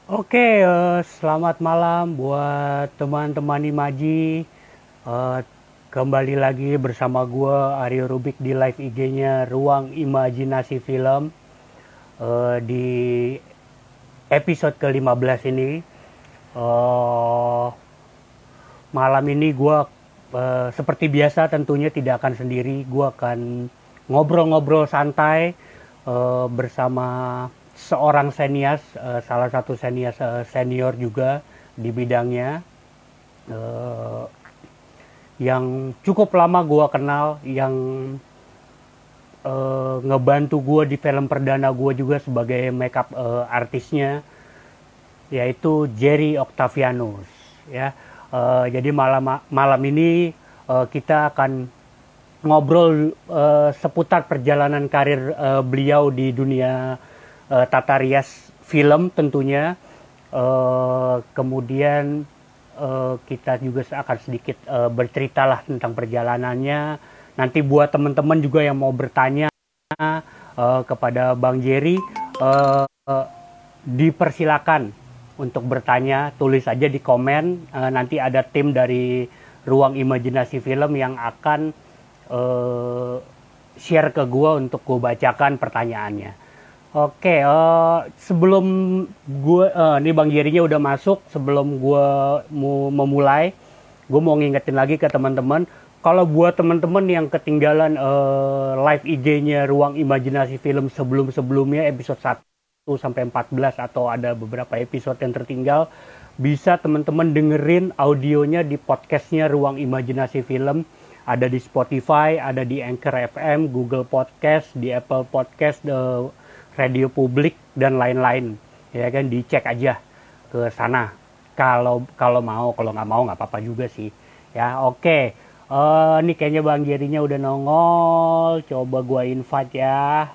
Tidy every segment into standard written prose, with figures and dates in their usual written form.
Oke, selamat malam buat teman-teman Imaji. Eh, Kembali lagi bersama gue Aryo Rubik di live IG-nya Ruang Imajinasi Film. Di episode ke-15 ini, eh, malam ini gue seperti biasa tentunya tidak akan sendiri. Gue akan ngobrol-ngobrol santai bersama seorang senias, salah satu senias senior juga di bidangnya, eh, yang cukup lama gue kenal, yang ngebantu gue di film perdana gue juga sebagai makeup artisnya, yaitu Jerry Octavianus. Ya, jadi malam malam ini kita akan ngobrol seputar perjalanan karir beliau di dunia tata rias film tentunya. Kemudian kita juga akan sedikit bercerita lah tentang perjalanannya. Nanti buat teman-teman juga yang mau bertanya kepada Bang Jerry, dipersilakan untuk bertanya, tulis aja di komen. Nanti ada tim dari Ruang Imajinasi Film yang akan uh, share ke gue untuk gue bacakan pertanyaannya. Oke, sebelum gue, ini Bang Jerinya udah masuk. Sebelum gue mau memulai, gue mau ngingetin lagi ke teman-teman, kalau buat teman-teman yang ketinggalan live IG-nya Ruang Imajinasi Film sebelum-sebelumnya episode 1 sampai 14, atau ada beberapa episode yang tertinggal, bisa teman-teman dengerin audionya di podcastnya Ruang Imajinasi Film. Ada di Spotify, ada di Anchor FM, Google Podcast, di Apple Podcast, Radio Publik dan lain-lain. Ya kan, dicek aja ke sana. Kalau mau, kalau nggak mau nggak apa-apa juga sih. Ya, oke. Ini kayaknya Bang Jerinya udah nongol. Coba gua invite ya.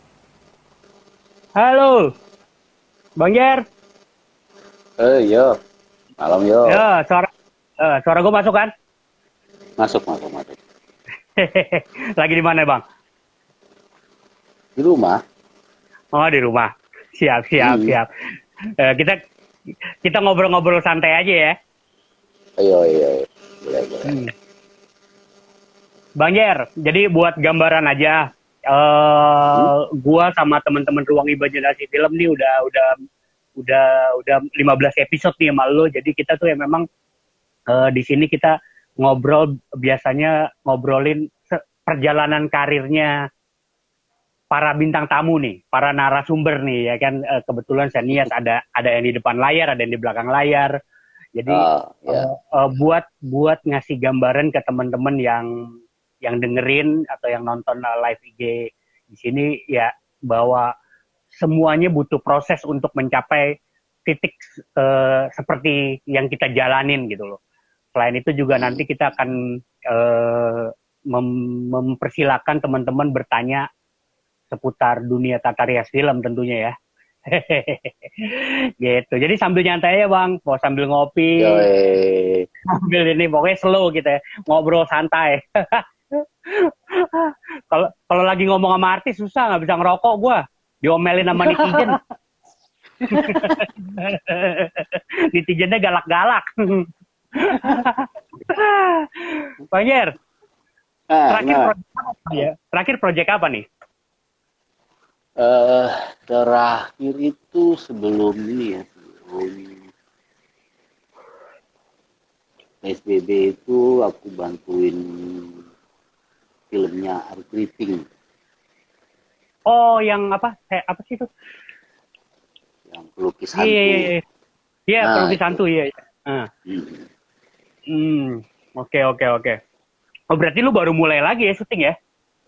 Halo, Bang Jer. Yo, malam yo. Ya, suara gue masuk kan? Masuk, masuk, masuk. Lagi di mana, Bang? Di rumah? Oh, di rumah. Siap, siap, Hmm. siap. Kita kita ngobrol-ngobrol santai aja ya. Ayo, ayo, ayo. Boleh, boleh. Hmm. Bang Jer, jadi buat gambaran aja, Hmm? gua sama teman-teman Ruang Imajinasi Film nih udah 15 episode nih sama lo. Jadi kita tuh ya memang di sini kita ngobrol, biasanya ngobrolin perjalanan karirnya para bintang tamu nih, para narasumber nih ya kan. Kebetulan senias ada yang di depan layar, ada yang di belakang layar. Jadi Ya. buat ngasih gambaran ke teman-teman yang dengerin atau yang nonton live IG di sini ya, bahwa semuanya butuh proses untuk mencapai titik seperti yang kita jalanin gitu loh. Selain itu juga Hmm. nanti kita akan mempersilahkan teman-teman bertanya seputar dunia tata rias film tentunya ya. Gitu. Jadi sambil nyantai ya Bang, mau sambil Yo, ngopi, sambil ini pokoknya slow gitu ya, ngobrol santai. Kalau kalau lagi ngomong sama artis susah, nggak bisa ngerokok gua. Diomelin sama netizen. Netizennya galak-galak. Bang Jer, terakhir Nah, project apa ya? Terakhir project apa nih? eh terakhir itu sebelum ini ya, sebelum PSBB itu aku bantuin filmnya Art Gripping Oh, yang apa? Apa sih itu? yang pelukis Iya, iya, hantu. iya. Iya, Nah, pelukis itu. hantu, iya. Iya. Ah. Hmm. Oke, oke, oke. Oh, berarti lu baru mulai lagi ya syuting ya?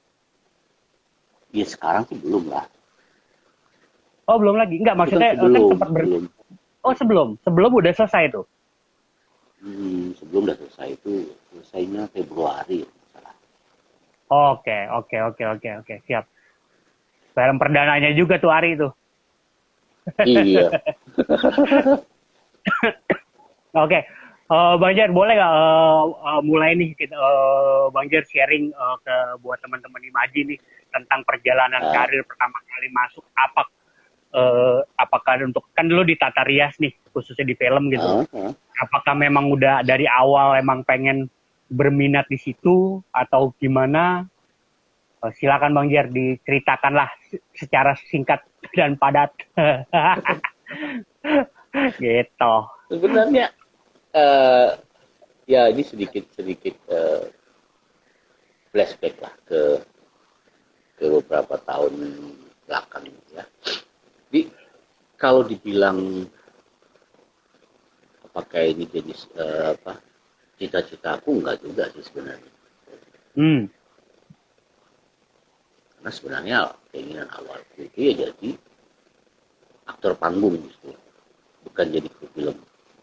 Ya sekarang sih belum lah. Oh, belum lagi. Enggak, Itu kan maksudnya kan sebelum, sempat sebelum. Oh, sebelum. Sebelum udah selesai tuh. Sebelum udah selesai itu selesainya Februari ya, salah. Oke, oke, oke, oke, oke. Siap. Film perdananya juga tuh Ari tuh. Iya. Oke. Bang Jer, boleh nggak mulai nih kita, Bang Jer sharing ke buat teman-teman Imaji nih tentang perjalanan Ah, karir pertama kali masuk, apakah untuk, kan dulu di Tata Rias nih, khususnya di film gitu. Ah, Apakah memang udah dari awal emang pengen berminat di situ atau gimana? Silakan Bang Jer, diceritakanlah secara singkat dan padat. Gitu. sebenarnya eh, ya ini sedikit flashback lah ke beberapa tahun belakang ya. Jadi kalau dibilang apakah ini jadi apa cita-cita aku, enggak juga sih sebenarnya. Hmm. Karena sebenarnya keinginan awalku itu ya jadi aktor panggung justru, bukan jadi kru film.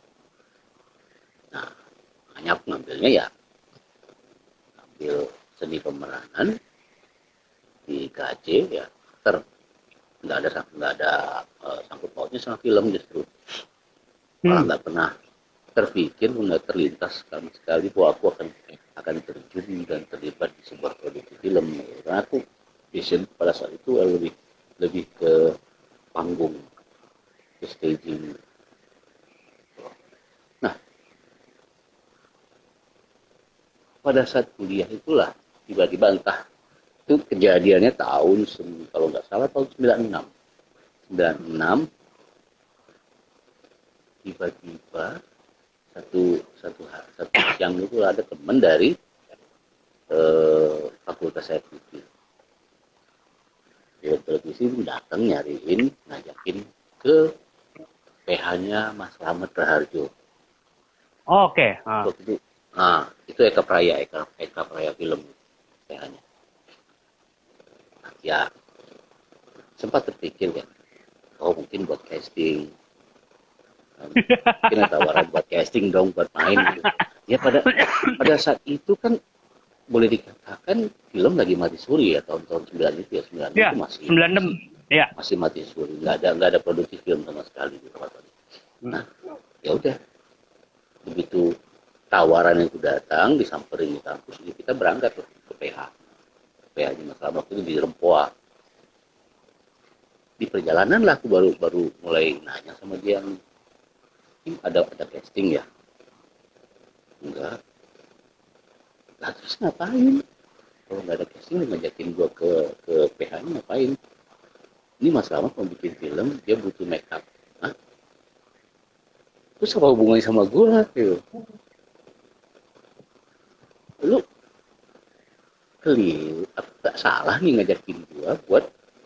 Nah, hanya aku ngambilnya ya ambil seni pemeranan di KJ ya, nggak ada sangkut pautnya sama film justru. Malah nggak pernah terpikir, nggak terlintas sama sekali bahwa aku akan terjun dan terlibat di sebuah produksi film. Karena aku vision pada saat itu lebih lebih ke panggung, ke staging. Nah, pada saat kuliah itulah tiba-tiba entah itu kejadiannya kalau nggak salah tahun 96. 96 tiba-tiba satu siang itu ada teman dari fakultas saya TV. Direktur televisi datang nyariin, ngajakin ke PH-nya Mas Slamet Raharjo. Oke. Waktu itu, itu Eka Praya Film PH-nya. Nah, ya sempat terpikir kan, oh mungkin buat casting, mungkin ada tawaran buat casting dong, buat main gitu. Ya pada saat itu kan boleh dikatakan film lagi mati suri ya, tahun-tahun 9 itu ya, 9 Ya, itu masih 96. Ya. masih mati suri, nggak ada produksi film sama sekali di tempat ini. Nah, ya udah, begitu tawaran itu datang, disamperin di kampus, jadi kita berangkat loh ke PH. PH di Masalah waktu itu di Rempoa. Di perjalanan lah aku baru mulai nanya sama dia, ada casting ya? Enggak. Lah terus ngapain? Kalau nggak ada casting, ngajakin gua ke PH ini ngapain? Ini Mas Slamet mau bikin film, dia butuh make up. Hah? Terus apa hubungannya sama gua? Gitu. Lu tak salah nih ngajakin gua buat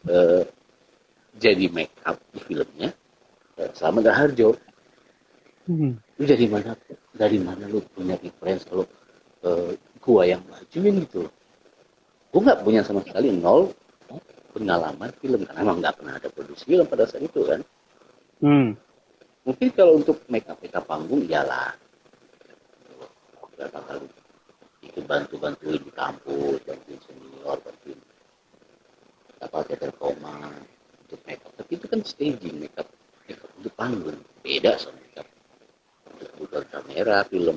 jadi make up di filmnya Slamet Raharjo. Lu dari mana lu punya reference kalau gua yang majuin gitu? Gua nggak punya sama sekali, nol pengalaman film, karena emang nggak pernah ada produksi film pada saat itu kan. Mungkin kalau untuk make up panggung iyalah berapa kali itu bantuin di kampus, bantuin senior, bantuin apa teater koma untuk make up. Tapi itu kan staging, make up untuk panggung beda sama make up untuk kebutuhan kamera film.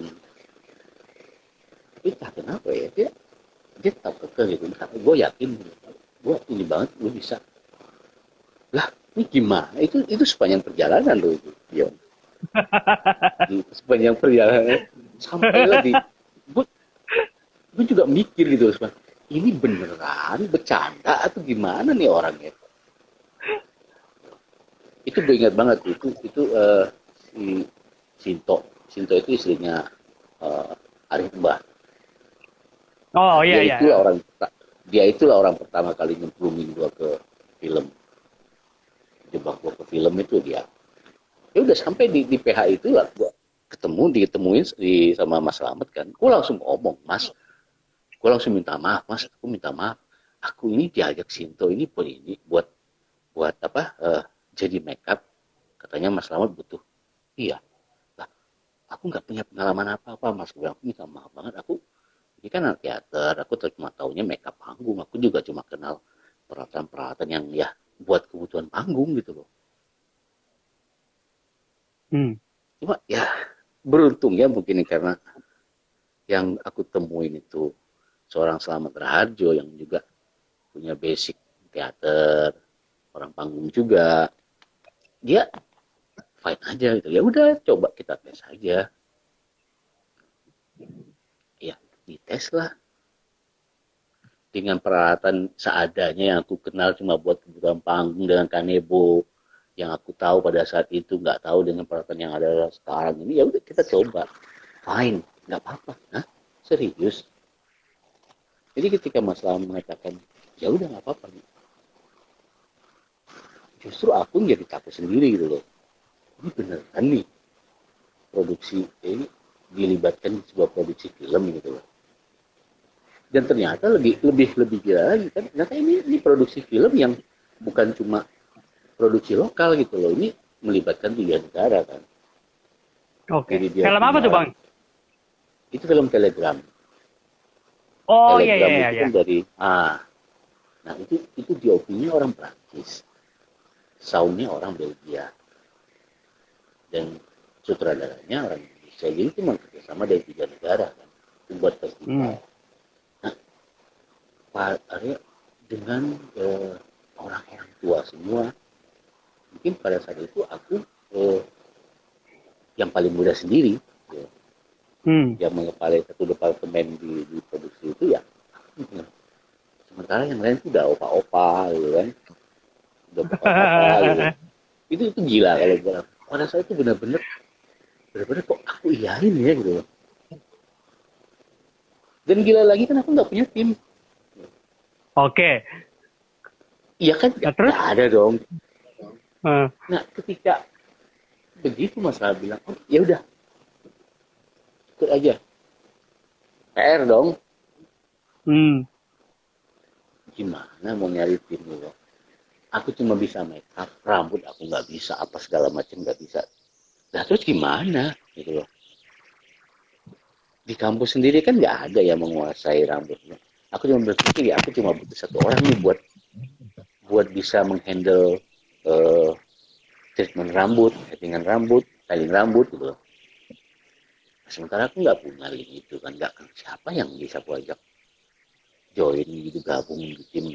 Tapi tak kenapa ya, dia tetap kekeh gitu. Gue yakin, gue ini banget gue bisa. Lah ini gimana? Itu sepanjang perjalanan loh itu, Dion. Sepanjang perjalanan sampai lagi gue juga mikir gitu, ini beneran bercanda atau gimana nih orangnya? Itu gue ingat banget itu si Sinto itu istrinya Arif Mbah. Oh iya iya. Dia itulah orang pertama kali nyemplungin gue ke film, jebak gue ke film itu dia. Ya udah sampai di PH itu lah gue diketemuin sama Mas Slamet kan. Gue langsung ngomong, gue langsung minta maaf, Mas, aku minta maaf. Aku ini diajak Sinto ini buat apa? Jadi make up. Katanya Mas Slamet butuh. Iya. Lah, aku nggak punya pengalaman apa-apa, Mas. Aku minta maaf banget. Ini kan anak teater, aku cuma taunya make up panggung. Aku juga cuma kenal peralatan-peralatan yang ya buat kebutuhan panggung gitu loh. Cuma ya beruntung ya mungkin karena yang aku temuin itu seorang Slamet Raharjo yang juga punya basic teater, orang panggung juga. dia fine aja gitu. Ya udah, coba kita tes aja. Ya, dites lah dengan peralatan seadanya yang aku kenal cuma buat kebutuhan panggung dengan kanebo yang aku tahu pada saat itu, nggak tahu dengan peralatan yang ada sekarang ini. Ya udah, kita coba, fine, nggak apa-apa. Nah, serius. Jadi ketika Mas Lam mengatakan ya udah nggak apa-apa, justru aku jadi takut sendiri gitu loh. Ini beneran nih produksi ini dilibatkan di sebuah produksi film gitu loh. Dan ternyata lebih gila lagi kan, ternyata ini produksi film yang bukan cuma produksi lokal gitu loh, ini melibatkan 3 negara kan. Oke. Jadi dia Film apa punya tuh, orang, Bang? itu film Telegram. Oh, iya, iya, Telegram iya, itu iya. kan dari nah itu DOP-nya orang Prancis, soundnya orang Belgia, dan sutradaranya orang Indonesia. Jadi itu memang kerjasama dari 3 negara kan, buat Hmm. festival. Nah, Arya dengan orang-orang tua semua, mungkin pada saat itu aku yang paling muda sendiri, ya, Hmm. yang mengepalai satu departemen di produksi itu ya. Sementara yang lain tuh udah opa-opa gitu kan, udah bapak-bapak gitu. Itu gila kalau gue. Pada saat itu benar-benar kok aku iyain ya gitu. Dan gila lagi kan aku nggak punya tim. Oke. Iya kan, Nah, terus? nggak ada dong. Hmm. Nah ketika begitu Mas Al bilang, oh ya udah ikut aja. PR dong. Hmm. Gimana mau nyari tim gitu. Aku cuma bisa make up, rambut aku nggak bisa, apa segala macam nggak bisa. Nah terus gimana gitu loh. Di kampus sendiri kan nggak ada yang menguasai rambutnya. Aku cuma berpikir ya aku cuma butuh satu orang nih buat buat bisa menghandle uh, treatment rambut, settingan rambut, styling rambut gitu loh. Sementara aku nggak punya link itu kan, nggak kan siapa yang bisa aku ajak join gitu, gabung di tim.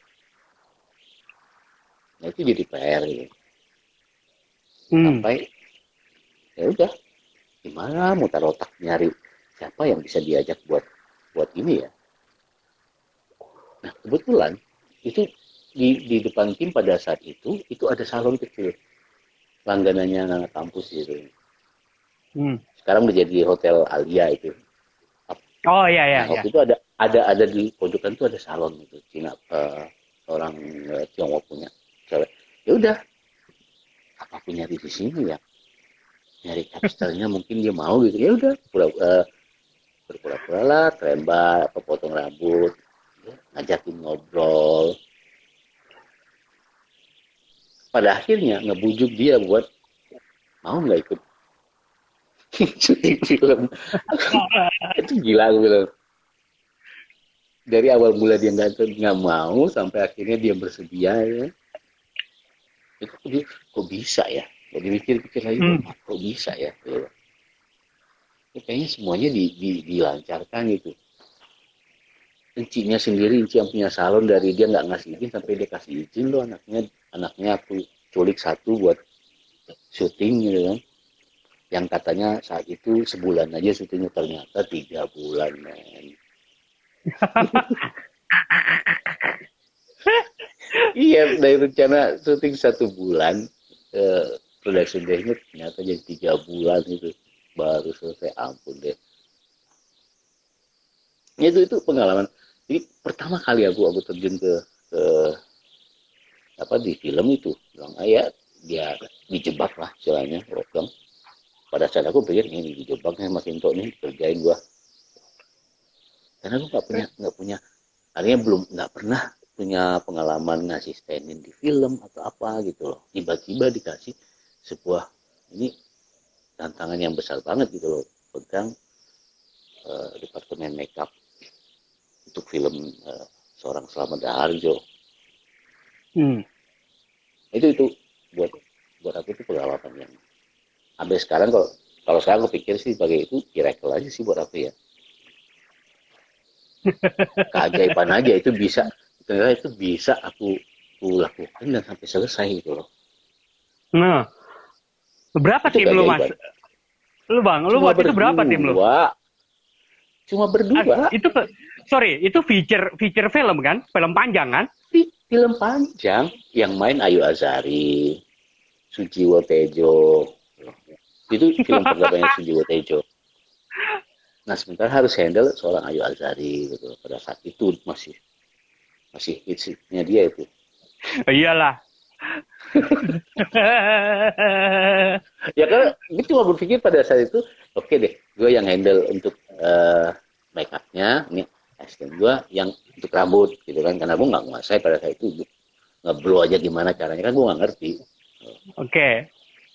Nah itu jadi PR gitu. Hmm. Sampai ya udah, gimana mutar otak nyari siapa yang bisa diajak buat buat ini ya. Nah kebetulan itu di depan tim pada saat itu ada salon kecil langganannya anak kampus gitu. Hmm. Sekarang udah jadi hotel Alia itu. Oh, iya, iya, Nah iya. waktu itu ada di pojokan tuh ada salon gitu, Cina, orang Tiongkok punya cewek. Ya udah, apa aku nyari di sini ya, nyari capstylenya mungkin dia mau gitu. Ya udah, berpura-pura lah, trembal, apa potong rambut, ya, ngajakin ngobrol. Pada akhirnya ngebujuk dia buat mau nggak ikut syuting film. Itu gila aku bilang. Dari awal mula dia nggak mau sampai akhirnya dia bersedia ya. Itu kok bisa ya, kok dipikir-pikir lagi Hmm. kok bisa ya gitu. Ya, kayaknya semuanya dilancarkan gitu. Encinya sendiri, Enci yang punya salon, dari dia nggak ngasih izin sampai dia kasih izin loh, anaknya aku culik satu buat syuting gitu kan, yang katanya saat itu sebulan aja syutingnya, ternyata 3 bulan men. Iya, dari rencana syuting 1 bulan, production day-nya ternyata jadi 3 bulan itu baru selesai. Ampun deh. Itu pengalaman. Jadi pertama kali aku terjun ke apa di film itu, bilang ayah dia dijebak lah istilahnya, program. Pada saat aku pikir ini dijebaknya Mas Into nih, kerjain gua. Karena aku nggak punya, artinya belum, nggak pernah punya pengalaman ngasistenin di film atau apa gitu loh. Tiba-tiba dikasih sebuah ini tantangan yang besar banget gitu loh, pegang departemen makeup untuk film seorang Slamet Daharjo. Hmm. Itu buat buat aku itu pengalaman yang sampai sekarang, kalau kalau saya aku pikir sih sebagai itu miracle aja sih buat aku ya. Keajaiban aja itu bisa, ternyata itu bisa aku lakukan dan sampai selesai gitu loh. Nah, berapa Itu tim lu, Mas? keajaiban. Lu Bang, lu Cuma waktu itu berapa tim lu? berdua, cuma berdua. Itu sorry, itu feature film kan? Film panjang kan? Film panjang yang main Ayu Azhari, Sujiwo Tejo. Itu film pertamanya Sujiwo Tejo. Nah, sementara harus handle seorang Ayu Azhari gitu. Pada saat itu masih hitsnya dia itu. Iyalah. Ya kan, gue cuma berpikir pada saat itu, oke deh, gue yang handle untuk make upnya, ini asisten gue yang untuk rambut gitu kan, karena gue nggak menguasai pada saat itu ngeblow aja gimana caranya kan gue nggak ngerti. Oke.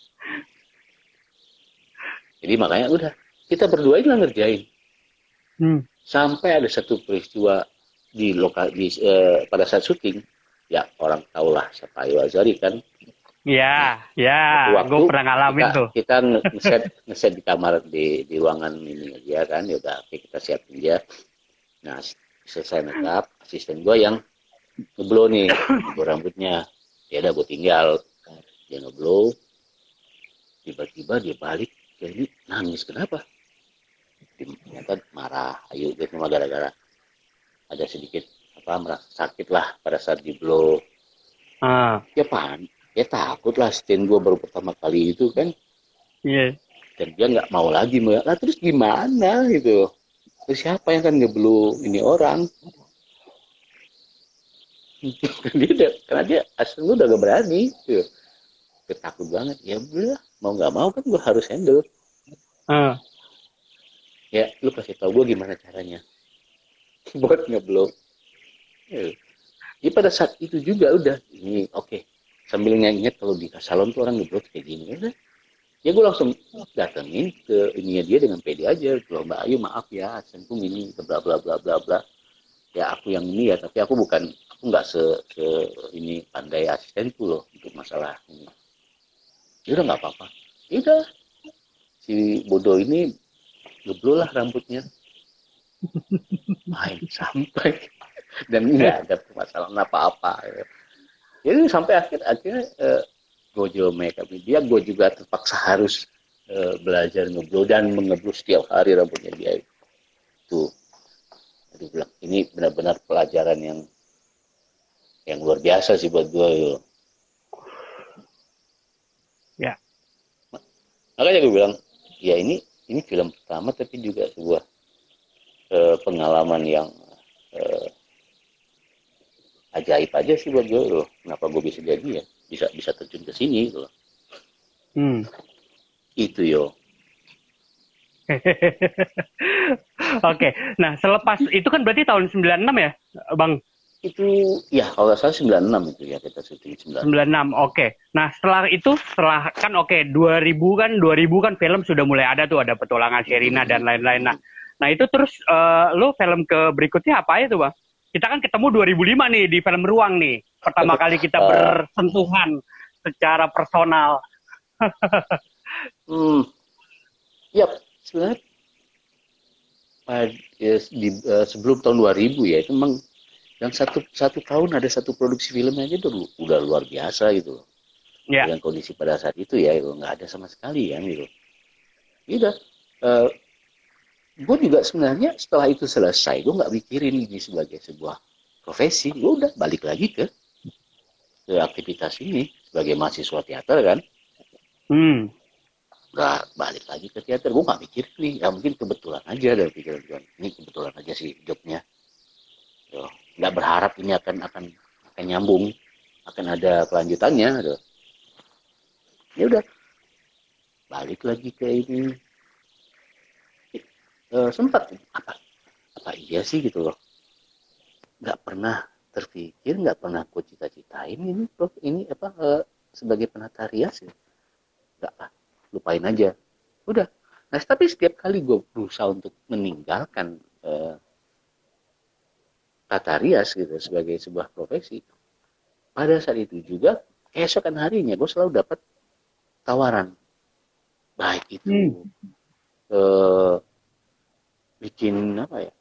Jadi makanya udah kita berdua itu ngerjain. Hmm. Sampai ada satu peristiwa di lokal pada saat syuting, ya orang tahulah siapa Ayu Azhari kan. Nah, Ya, ya, satu gue waktu pernah ngalamin tuh. kita ngeset di kamar di ruangan ini dia kan, ya udah oke, kita siapin dia. Nah, selesai make up, asisten gue yang ngeblow nih, ngeblow rambutnya. Ya udah gue tinggal, dia ngeblow, tiba-tiba dia balik, jadi nangis kenapa? Ternyata marah, Ayu dia cuma gara-gara ada sedikit apa merasa sakit lah pada saat di blow. Ah, Ya ya takut lah, stand gue baru pertama kali itu kan, iya. dan dia nggak mau lagi, lah terus gimana gitu, terus siapa yang kan ngeblow ini orang. Dia udah, karena dia asli udah gak berani gitu. Dia takut banget, ya udah mau nggak mau kan gue harus handle. Ah. Ya lu kasih tau gue gimana caranya buat ngeblow. Ya pada saat itu juga udah ini oke. Sambil nginget kalau di salon tuh orang ngeblow kayak gini ya. Ya gue langsung datengin ke ininya dia dengan pede aja. Kalau Mbak Ayu maaf ya, asenku ini bla bla bla bla bla. Ya aku yang ini ya, tapi aku nggak se ini pandai asistenku loh untuk masalah ini. Ya udah nggak apa-apa. Ya udah si bodoh ini ngeblow lah rambutnya, main sampai dan nggak ada permasalahan apa-apa. Jadi sampai akhirnya Gojo makeup dia, gue juga terpaksa harus belajar ngeblow dan mengeblow setiap hari rambutnya dia itu. Aduh, bilang ini benar-benar pelajaran yang luar biasa sih buat gue. Yo. Ya. Makanya gue bilang, ya ini film pertama tapi juga sebuah pengalaman yang uh, ajaib aja sih buat gue loh. Kenapa gue bisa jadi ya, bisa terjun ke sini loh. Hmm. Itu yo. Oke. Nah, selepas itu kan berarti tahun 96 ya, Bang? Itu ya kalau salah 96 itu ya kita syuting 96. 96. Oke. Nah, setelah kan oke, 2000 kan film sudah mulai ada tuh, ada Petualangan Sherina dan lain-lain. Nah, itu terus lo film ke berikutnya apa itu, Bang? Kita kan ketemu 2005 nih di film Ruang nih. Pertama kali kita bersentuhan secara personal. Ya, sebenarnya sebelum tahun 2000 ya, itu memang yang satu tahun ada satu produksi filmnya aja udah luar biasa gitu. Ya. Dengan kondisi pada saat itu ya, itu nggak ada sama sekali ya gitu. Ya udah, gue juga sebenarnya setelah itu selesai, gue nggak mikirin ini sebagai sebuah profesi. Gue udah balik lagi ke aktivitas ini sebagai mahasiswa teater kan. Udah balik lagi ke teater, gue nggak mikir nih, ya mungkin kebetulan aja dari pikiran gue, ini kebetulan aja sih jobnya. Nggak berharap ini akan nyambung, akan ada kelanjutannya. Ya udah, balik lagi ke ini. Sempat apa iya sih gitu loh. Nggak pernah terpikir, nggak pernah gue cita-citain ini sebagai penata rias ya. Nggak, lupain aja. Udah. Nah, tapi setiap kali gue berusaha untuk meninggalkan tata rias gitu sebagai sebuah profesi, pada saat itu juga keesokan harinya gue selalu dapat tawaran, baik itu bikin apa ya,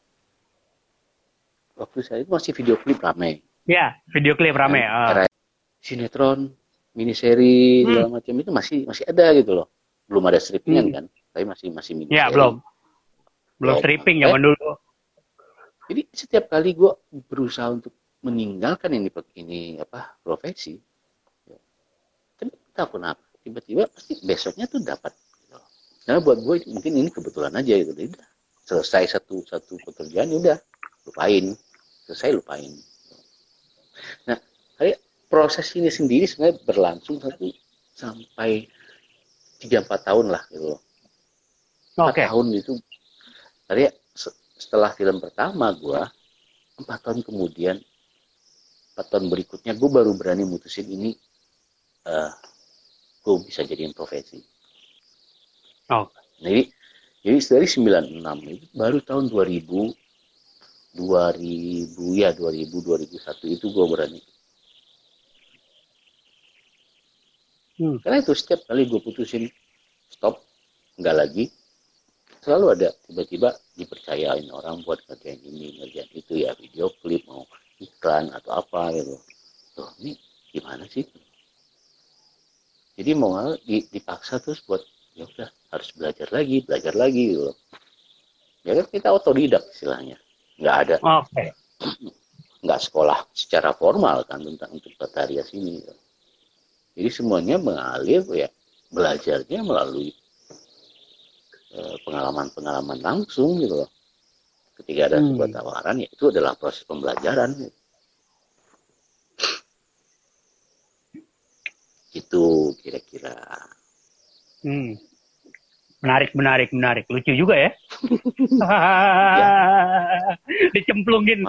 waktu saya itu masih video klip ramai ya, video klip ramai sinetron mini seri segala macam itu masih ada gitu loh. Belum ada strippingan kan, tapi masih mini Ya, seri. belum stripping zaman dulu. Jadi setiap kali gue berusaha untuk meninggalkan ini profesi, tapi tahu kenapa tiba-tiba pasti besoknya tuh dapat. Karena buat gue mungkin ini kebetulan aja gitu. Udah selesai satu pekerjaan, udah lupain, lupain. Nah, kayak proses ini sendiri sebenarnya berlangsung 1 sampai 3-4 tahun lah gitu loh. 4 tahun itu, tadi setelah film pertama gue, 4 tahun kemudian, 4 tahun berikutnya gue baru berani mutusin ini, gue bisa jadiin profesi. Jadi dari 96 itu baru tahun 2000 2001 itu gue berani. Karena itu setiap kali gue putusin stop, nggak lagi, selalu ada tiba-tiba dipercayain orang buat ngerjain ini, ngerjain itu ya, video klip, mau iklan atau apa gitu. Tuh, ini gimana sih? Jadi mau dipaksa terus buat ya udah harus belajar lagi gitu. Ya kan kita otodidak istilahnya, nggak ada, nggak sekolah secara formal kan untuk tata rias ini. Gitu. Jadi semuanya mengalir ya, belajarnya melalui pengalaman-pengalaman langsung gitu loh. Ketika ada sebuah tawaran, ya itu adalah proses pembelajaran. Gitu kira-kira. Menarik. Lucu juga ya. Dicemplungin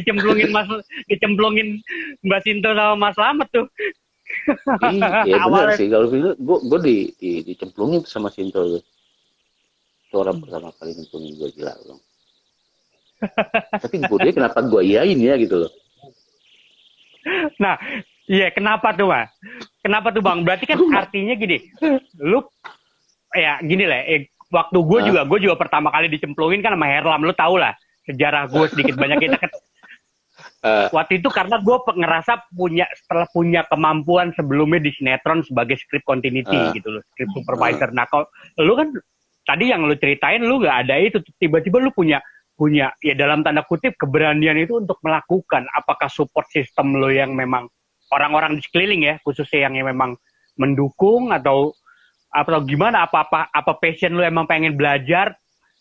Mbak Sinto sama Mas Slamet tuh. Iya benar sih, kalau gue dicemplungin sama Sinto tuh. Itu orang pertama kali nyemplungin gue, gila loh. Tapi dia kenapa gue iyain ya gitu loh. Nah, iya kenapa tuh Mas? Kenapa tuh Bang? Berarti kan artinya gini, lu ya gini lah, waktu gue juga pertama kali dicemplungin kan sama Herlam, lu tau lah sejarah gue sedikit banyak kita waktu itu karena gue ngerasa setelah punya kemampuan sebelumnya di sinetron sebagai script continuity gitu loh, script supervisor. Nah kalau lu kan tadi yang lu ceritain lu nggak ada itu, tiba-tiba lu punya ya dalam tanda kutip keberanian itu untuk melakukan. Apakah support system lu yang memang orang-orang di sekeliling ya, khususnya yang memang mendukung atau gimana, apa passion lu emang pengen belajar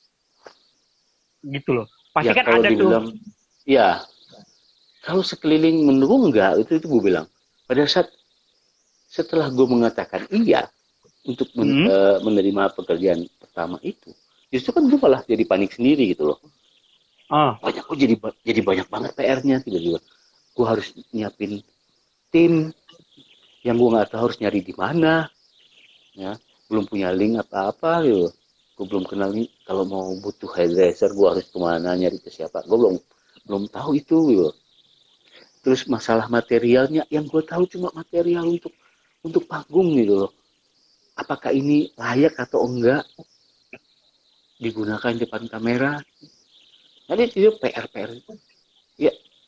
gitu loh. Pasti ya, kan ada dibilang, tuh. Ya, kalau sekeliling mendukung enggak, itu gue bilang. Pada saat setelah gue mengatakan iya untuk menerima pekerjaan pertama itu, justru kan gue malah jadi panik sendiri gitu loh. Banyak kok jadi banyak banget PR-nya tiba-tiba. Gue harus nyiapin tim yang gue nggak tahu harus nyari di mana, ya belum punya link apa-apa gitu. Gue belum kenal nih kalau mau butuh hairdresser gue harus kemana, nyari ke siapa. Gue belum tahu itu gitu. Terus masalah materialnya yang gue tahu cuma material untuk panggung gitu loh. Apakah ini layak atau enggak digunakan di depan kamera? Jadi itu PR itu. Ya,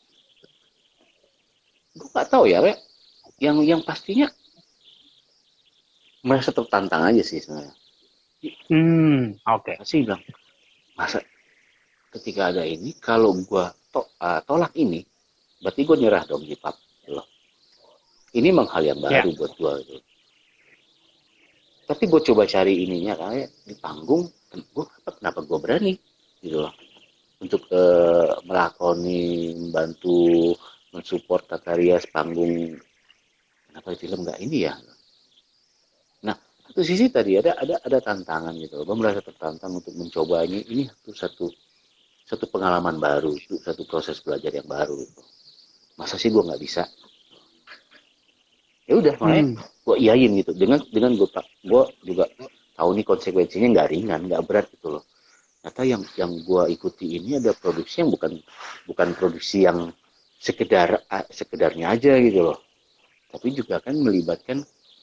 gue nggak tahu ya, yang pastinya merasa tertantang aja sih sebenarnya. Pasti bilang, masa ketika ada ini, kalau gue tolak ini, berarti gue nyerah dong di pub loh. Ini memang hal yang baru buat gue gitu. Tapi gue coba cari ininya, kayak di panggung, kenapa gue berani gitu loh. Untuk melakoni, membantu, mensupport tata rias panggung. Kenapa film nggak ini ya? Nah, satu sisi tadi ada tantangan gitu. Gue merasa tertantang untuk mencoba ini satu pengalaman baru, satu proses belajar yang baru gitu. Masa sih gue nggak bisa? Ya udah, makanya gue iyain gitu. Dengan gue juga tahu nih konsekuensinya nggak ringan, nggak berat gitu loh. Ternyata yang gue ikuti ini ada produksi yang bukan produksi yang sekedarnya aja gitu loh. Tapi juga kan melibatkan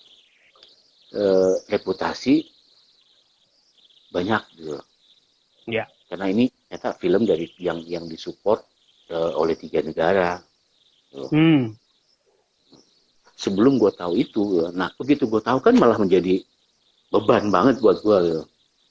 reputasi banyak gitu loh. Ya. Karena ini ternyata film dari yang disupport oleh 3 negara. Gitu. sebelum gue tahu itu. Nah begitu gue tahu kan malah menjadi beban banget buat gue gitu.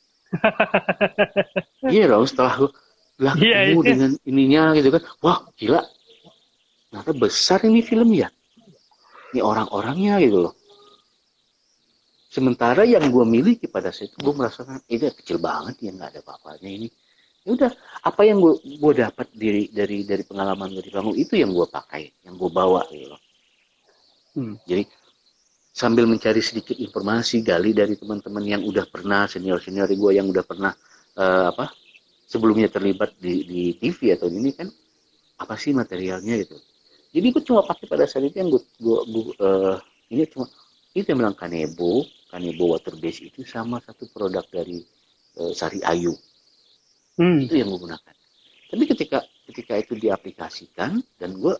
Iya dong, setelah gue ketemu dengan ininya gitu kan, wah gila, ternyata besar ini film ya, ini orang-orangnya gitu loh. Sementara yang gue miliki pada saat itu, gue merasakan ini kecil banget ya, nggak ada apa-apanya ini. Ya udah, apa yang gue dapat dari pengalaman gue di panggung itu yang gue pakai, yang gue bawa gitu loh. Jadi sambil mencari sedikit informasi, gali dari teman-teman yang udah pernah, senior-senior gue yang udah pernah sebelumnya terlibat di TV atau ini kan, apa sih materialnya gitu. Jadi gue cuma pakai pada saat itu yang ini cuma itu yang bilang Kanebo water base itu sama satu produk dari Sari Ayu. Itu yang gue gunakan. Tapi ketika itu diaplikasikan dan gue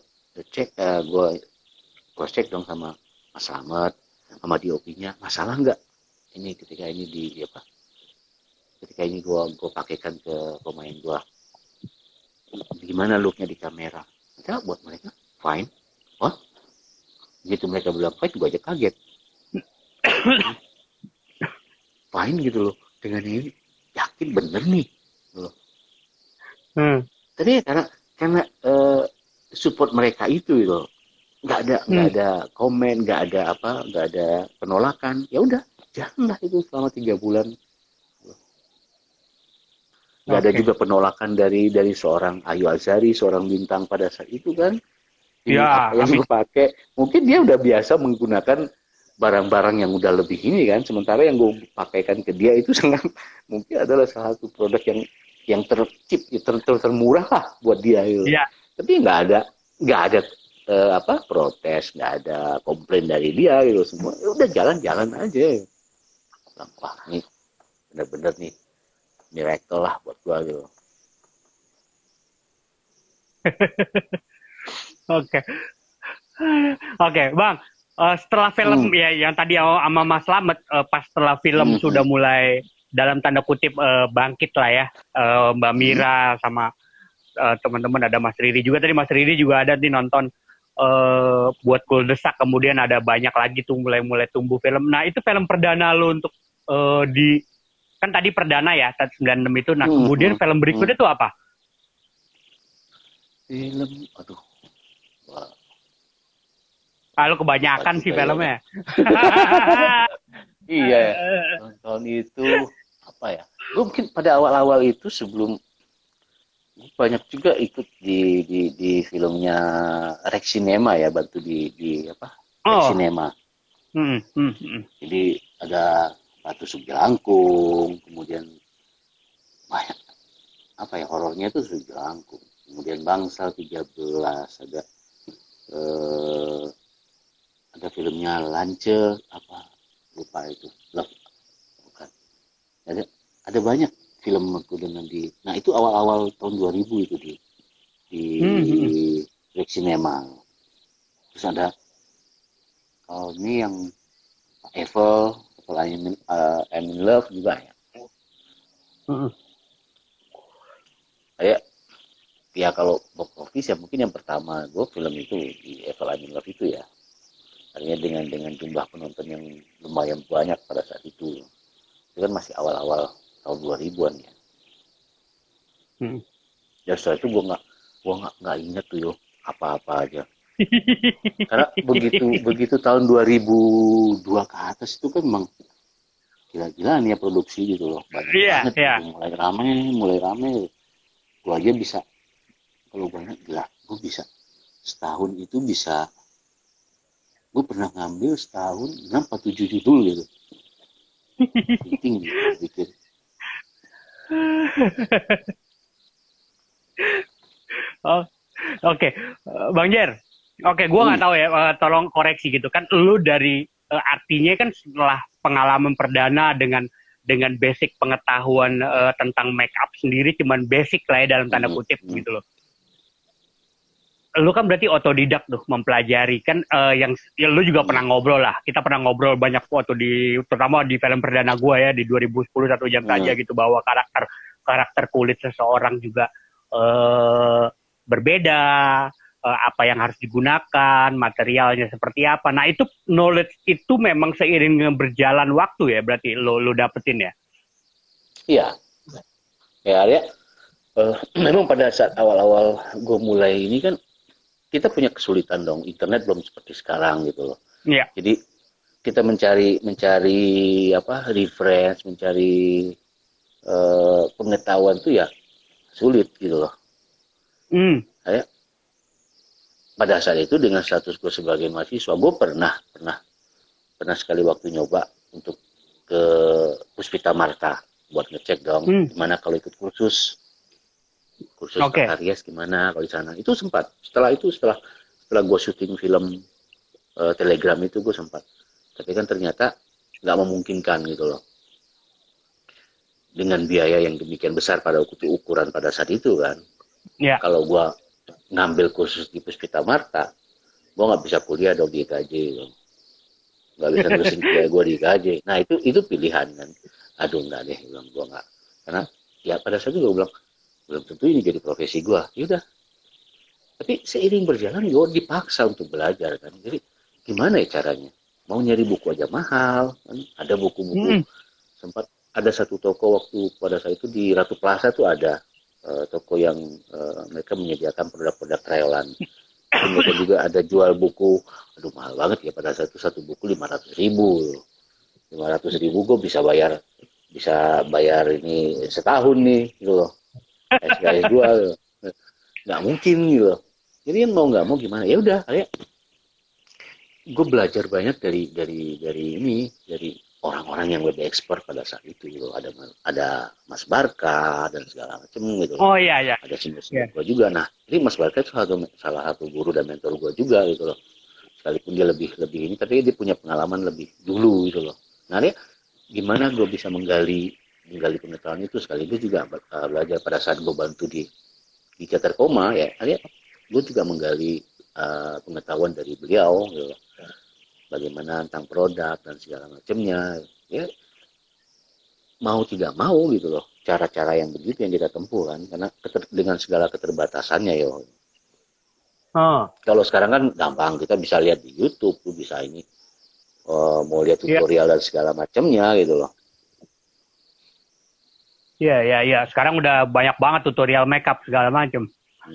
cross check dong sama Mas Slamet, sama DOP-nya, masalah nggak ini ketika ini ketika ini gue pakaikan ke pemain gue, gimana looknya di kamera? Kita buat mereka fine. Wah, begitu mereka bilang fine, gue aja kaget. Fine gitu loh, dengan ini yakin bener nih loh. Tapi karena support mereka itu gitu, nggak ada komen, nggak ada penolakan. Ya udah, jalanlah itu selama 3 bulan. Nggak ada juga penolakan dari seorang Ayu Azhari, seorang bintang pada saat itu kan. Ini apa yang gue pakai? Mungkin dia udah biasa menggunakan barang-barang yang udah lebih ini kan. Sementara yang gue pakaikan ke dia itu sangat mungkin adalah salah satu produk yang termurah lah buat dia gitu. Yeah. Tapi nggak ada protes, nggak ada komplain dari dia gitu. Semua udah jalan-jalan aja. Wah, ini bener-bener nih miracle lah buat gua gitu. Oke, Bang. Setelah film ya yang tadi sama Mas Slamet, pas setelah film sudah mulai dalam tanda kutip bangkit lah ya, Mbak Mira sama teman-teman, ada Mas Riri juga, tadi Mas Riri juga ada nih nonton buat Kuldesak, kemudian ada banyak lagi tuh mulai tumbuh film. Nah itu film perdana lo untuk kan tadi perdana ya, 96 itu. Nah, kemudian film berikutnya itu apa? Film, Lu kebanyakan sih filmnya. Iya, tahun itu apa ya? Gue mungkin pada awal-awal itu sebelum banyak juga ikut di filmnya Rex Cinema ya, bantu di Rex Cinema. Jadi ada Ratu Sugilangkung, kemudian banyak horornya itu Sugilangkung, kemudian Bangsal 13, ada filmnya Lance lupa itu, bukan, ada banyak film aku dengan nah itu awal-awal tahun 2000 itu di Rex Cinema. Terus ada ini yang Eiffel I'm in Love juga ya. Ya kalau box office ya mungkin yang pertama gue film itu di Eiffel I'm in Love itu ya. Artinya dengan jumlah penonton yang lumayan banyak pada saat itu. Itu kan masih awal-awal tahun 2000-an ya. Ya setelah itu gue nggak ingat tuh apa-apa aja. Karena begitu tahun 2002 ke atas itu kan memang gila-gilaan ya produksi gitu loh, banyak banget gitu. mulai rame gue aja bisa, kalau banyak gila, gue bisa setahun itu bisa, gue pernah ngambil setahun 6-7 judul gitu penting gitu bikin. Oke. Bang Jer. Oke, gue nggak tahu ya, tolong koreksi gitu kan. Lu dari artinya kan setelah pengalaman perdana dengan basic pengetahuan tentang make up sendiri, cuman basic lah ya dalam tanda kutip gitu loh. Lu kan berarti otodidak tuh mempelajari kan, lu juga pernah ngobrol lah. Kita pernah ngobrol banyak waktu terutama di film perdana gue ya di 2010 Satu Jam Saja gitu, bahwa karakter kulit seseorang juga berbeda, apa yang harus digunakan, materialnya seperti apa. Nah itu knowledge itu memang seiring dengan berjalan waktu ya, berarti lo dapetin ya? Iya, ya Arya. Memang pada saat awal-awal gue mulai ini kan kita punya kesulitan dong, internet belum seperti sekarang gitu loh. Iya. Jadi kita mencari apa reference, mencari pengetahuan tuh ya sulit gitu loh. Kayak pada saat itu dengan status gue sebagai mahasiswa, gue pernah sekali waktu nyoba untuk ke Puspita Marta buat ngecek dong gimana kalau ikut kursus Tata Rias gimana kalau di sana. Itu sempat. Setelah gue syuting film Telegram itu gue sempat. Tapi kan ternyata nggak memungkinkan gitu loh. Dengan biaya yang demikian besar pada ukuran pada saat itu kan. Yeah. Kalau gue ngambil kursus di Puspita Marta, gue nggak bisa kuliah dong di IKJ. Nggak bisa terusin kuliah gue di IKJ. Nah itu pilihan kan. Aduh enggak deh, bilang gue nggak. Karena ya pada saat itu gue bilang, belum tentu ini jadi profesi gue. Yaudah. Tapi seiring berjalan gue dipaksa untuk belajar kan. Jadi gimana ya caranya? Mau nyari buku aja mahal. Kan? Ada buku-buku. Sempat ada satu toko waktu pada saat itu di Ratu Plaza tuh ada toko yang mereka menyediakan produk-produk krayolan. Mereka juga ada jual buku. Aduh mahal banget ya pada saat itu satu buku 500.000. 500.000 gue bisa bayar ini setahun nih gitu loh. SKS 2 gitu. Nggak mungkin gitu loh. Jadi kan mau nggak mau gimana? Ya udah, kayak gue belajar banyak dari orang-orang yang lebih expert pada saat itu gitu. Ada Mas Barka dan segala macam gitu. Oh iya iya. Ada senior gue juga. Nah, ini Mas Barka itu salah satu guru dan mentor gue juga gitu loh. Sekalipun dia lebih ini, tapi dia punya pengalaman lebih dulu gitu loh. Nah, dia gimana gue bisa menggali pengetahuan itu sekaligus juga belajar pada saat gue bantu di Teater Koma ya. Dia gue juga menggali pengetahuan dari beliau gitu loh. Bagaimana tentang produk dan segala macamnya ya, mau tidak mau gitu loh, cara-cara yang begitu yang kita tempuh kan, karena dengan segala keterbatasannya ya. Kalau sekarang kan gampang, kita bisa lihat di YouTube, tuh bisa ini mau lihat tutorial dan segala macamnya gitu loh. Iya. Sekarang udah banyak banget tutorial makeup segala macam.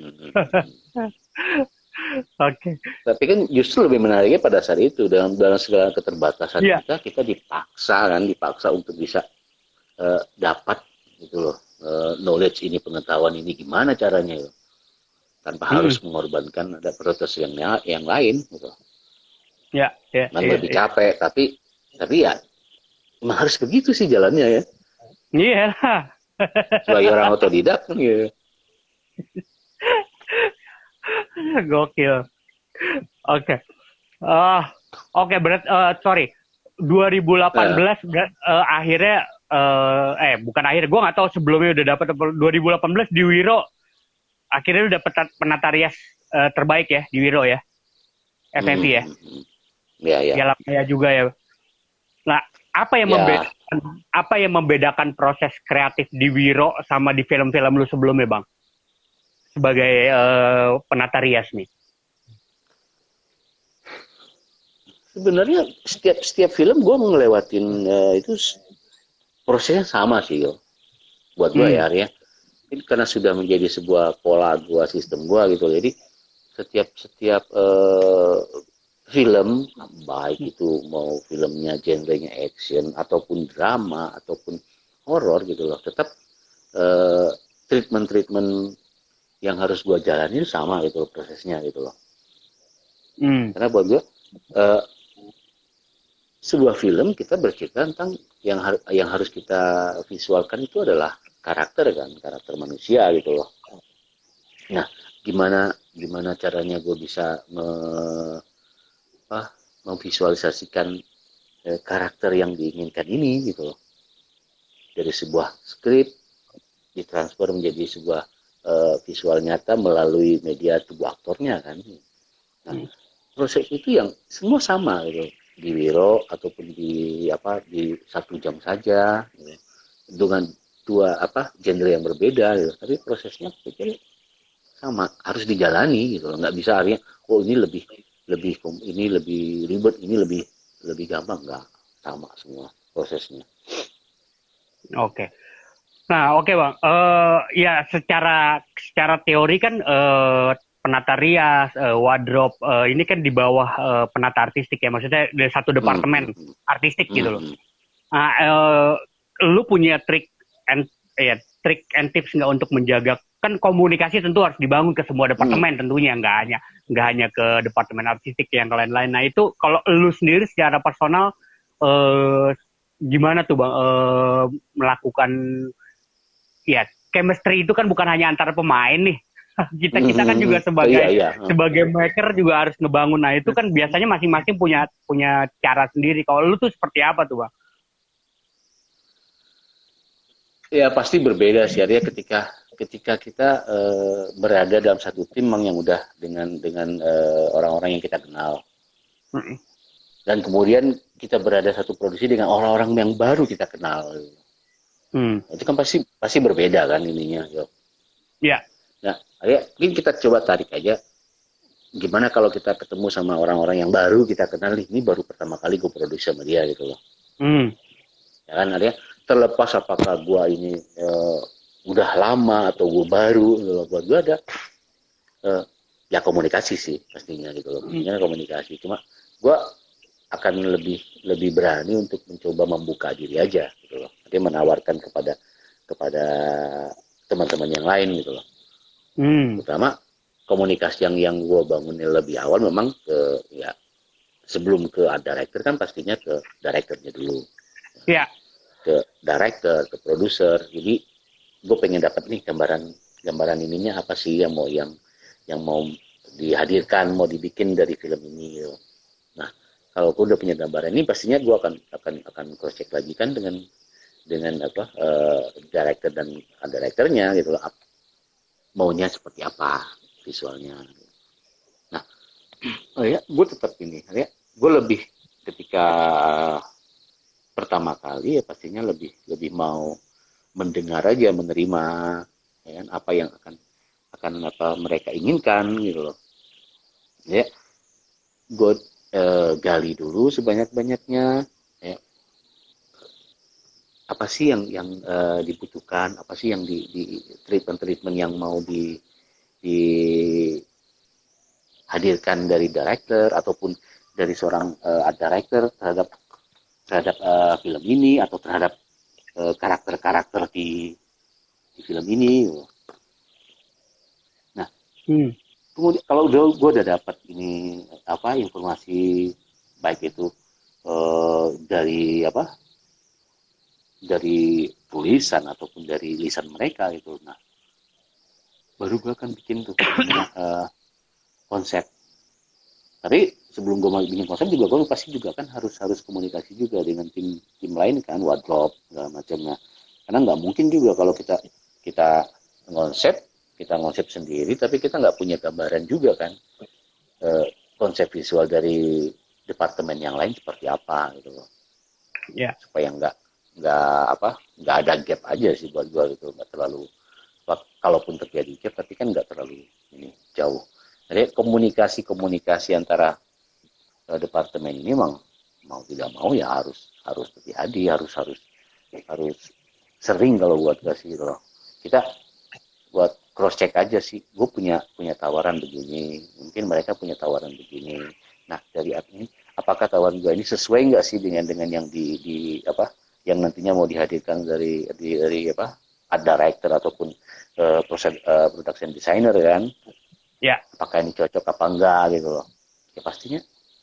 Oke. Tapi kan justru lebih menariknya pada saat itu dalam segala keterbatasan kita dipaksa untuk bisa dapat gitu loh, knowledge ini, pengetahuan ini gimana caranya ya, tanpa harus mengorbankan ada proses yang lain gitu. Lebih capek tapi ya emang harus begitu sih jalannya ya. Iya. Sebagai orang otodidak kan ya. Gokil. Oke. Oke, sorry. 2018 akhirnya bukan akhir, gue nggak tahu sebelumnya udah dapat 2018 di Wiro akhirnya udah penata rias terbaik ya di Wiro ya, FMV ya. Iya. Galamaya juga ya. Nah, apa yang membedakan proses kreatif di Wiro sama di film-film lu sebelumnya, Bang? Sebagai penata rias nih. Sebenarnya setiap film gue ngelewatin itu prosesnya sama sih yo. Buat gue ya. Ini karena sudah menjadi sebuah pola gue, sistem gue gitu. Jadi setiap film, baik itu mau filmnya genrenya action ataupun drama ataupun horor gitu loh, tetap treatment yang harus gue jalanin sama gitu loh, prosesnya gitu loh. Karena buat gue sebuah film kita bercerita tentang yang harus kita visualkan itu adalah karakter manusia gitu loh. Nah, gimana caranya gue bisa memvisualisasikan karakter yang diinginkan ini gitu loh. Dari sebuah skrip ditransfer menjadi sebuah visual nyata melalui media tubuh aktornya kan. Nah, proses itu yang semua sama gitu. Di Wiro ataupun di 1 jam saja gitu. Dengan dua genre yang berbeda gitu. Tapi prosesnya pikir sama, harus dijalani gitu loh. Nggak bisa artinya, oh ini lebih ribet, ini lebih gampang, nggak, sama semua prosesnya. Oke. Nah, oke Bang. Ya secara teori kan penata rias, wardrobe ini kan di bawah penata artistik ya. Maksudnya dari satu Hmm, departemen hmm, hmm, artistik gitu hmm, loh. hmm. Nah, lu punya and trik and tips nggak untuk menjaga, kan komunikasi tentu harus dibangun ke semua Hmm. departemen tentunya, nggak hanya ke departemen artistik yang lain-lain. Nah itu kalau lu sendiri secara personal gimana tuh Bang melakukan, ya chemistry itu kan bukan hanya antara pemain nih. Kita kan juga Iya, sebagai iya. sebagai maker juga harus ngebangun. Nah itu kan biasanya masing-masing punya punya cara sendiri. Kalau lu tuh seperti apa tuh Bang? Ya pasti berbeda sih, artinya ketika kita berada dalam satu tim yang udah dengan orang-orang yang kita kenal, dan kemudian kita berada satu produksi dengan orang-orang yang baru kita kenal, Hmm. itu kan pasti berbeda kan ininya, yo. Ya. Nah, artinya mungkin kita coba tarik aja, gimana kalau kita ketemu sama orang-orang yang baru kita kenal nih, ini baru pertama kali gue produksi sama dia gitu loh. Hmm. Ya kan, artinya terlepas apakah gue ini udah lama atau gue baru gitu loh, buat gue ada ya komunikasi sih pastinya gitu loh, pastinya komunikasi, cuma gue akan lebih lebih berani untuk mencoba membuka diri aja gitu loh, dia menawarkan kepada teman-teman yang lain gitu loh, Hmm. terutama komunikasi yang gue bangunnya lebih awal memang ke, ya sebelum ke art director kan pastinya ke directornya dulu, Ya. ke director, ke produser. Jadi gue pengen dapat nih gambaran ininya apa sih yang mau dihadirkan, mau dibikin dari film ini gitu. Nah, kalau gue udah punya gambaran ini, pastinya gue akan cross check lagi kan dengan apa director dan directornya gitu loh, maunya seperti apa visualnya. Nah, oh ya, gue tetap ini, ya, gue lebih ketika pertama kali ya pastinya lebih lebih mau mendengar aja, menerima, ya kan, apa yang akan apa mereka inginkan gitu loh. Ya, gue gali dulu sebanyak-banyaknya, ya, apa sih yang dibutuhkan, apa sih yang di treatment yang mau dihadirkan dari director ataupun dari seorang art director terhadap terhadap film ini atau terhadap karakter-karakter di film ini gitu. Nah, kemudian kalau gue udah dapat ini apa informasi, baik itu dari apa, dari tulisan ataupun dari lisan mereka gitu, nah baru gue akan bikin tuh konsep. Tapi sebelum gue mau bikin konsep juga, gue pasti juga kan harus komunikasi juga dengan tim lain kan, wardrobe segala macamnya, karena nggak mungkin juga kalau kita konsep kita konsep sendiri tapi kita nggak punya gambaran juga kan, konsep visual dari departemen yang lain seperti apa gitu loh. Ya. Supaya nggak ada gap aja sih buat gue gitu, nggak terlalu, kalaupun terjadi gap tapi kan nggak terlalu ini jauh. Jadi komunikasi antara departemen ini memang mau tidak mau ya harus terjadi, harus sering kalau buat gue sih loh. Kita buat cross check aja sih, gue punya tawaran begini, mungkin mereka punya tawaran begini. Nah dari ini apakah tawaran gue ini sesuai nggak sih dengan yang di apa yang nantinya mau dihadirkan dari apa art director ataupun production designer kan, Ya. apakah ini cocok apa enggak gitu loh. Ya pastinya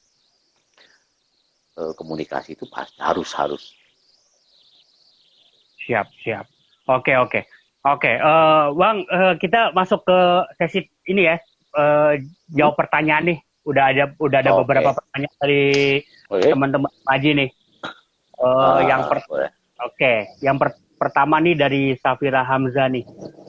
komunikasi itu pasti harus. Siap, siap. Oke, Bang, kita masuk ke sesi ini ya. Jawab pertanyaan nih. Udah ada beberapa pertanyaan dari teman-teman Haji nih. Yang pertama nih dari Safira Hamzah nih.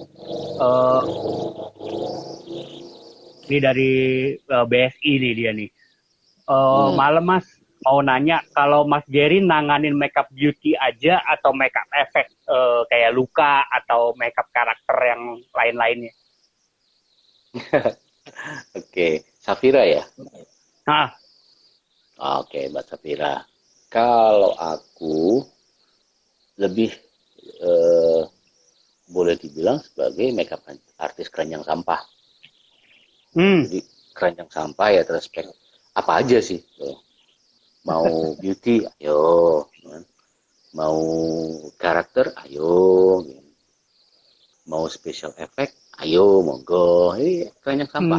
Ini dari BSI nih dia nih. Malam Mas, mau nanya kalau Mas Jerry nanganin makeup beauty aja atau makeup efek kayak luka atau makeup karakter yang lain-lainnya? Oke, Safira ya. Ah, Oke, Mbak Safira. Kalau aku lebih eh, boleh dibilang sebagai makeup artis keranjang sampah. hmm, Jadi keranjang sampah ya terspek apa aja sih. Tuh. Mau beauty, ayo. Mau karakter, ayo. Mau special effect, ayo, monggo. Ini keranjang hmm. sampah.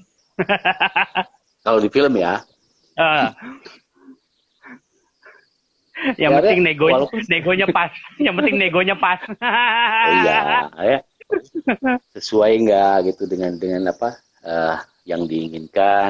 Kalau di film ya, Ah, yang ya ada penting walaupun negonya pas. Yang penting negonya pas. iya, ya sesuai nggak gitu dengan apa yang diinginkan.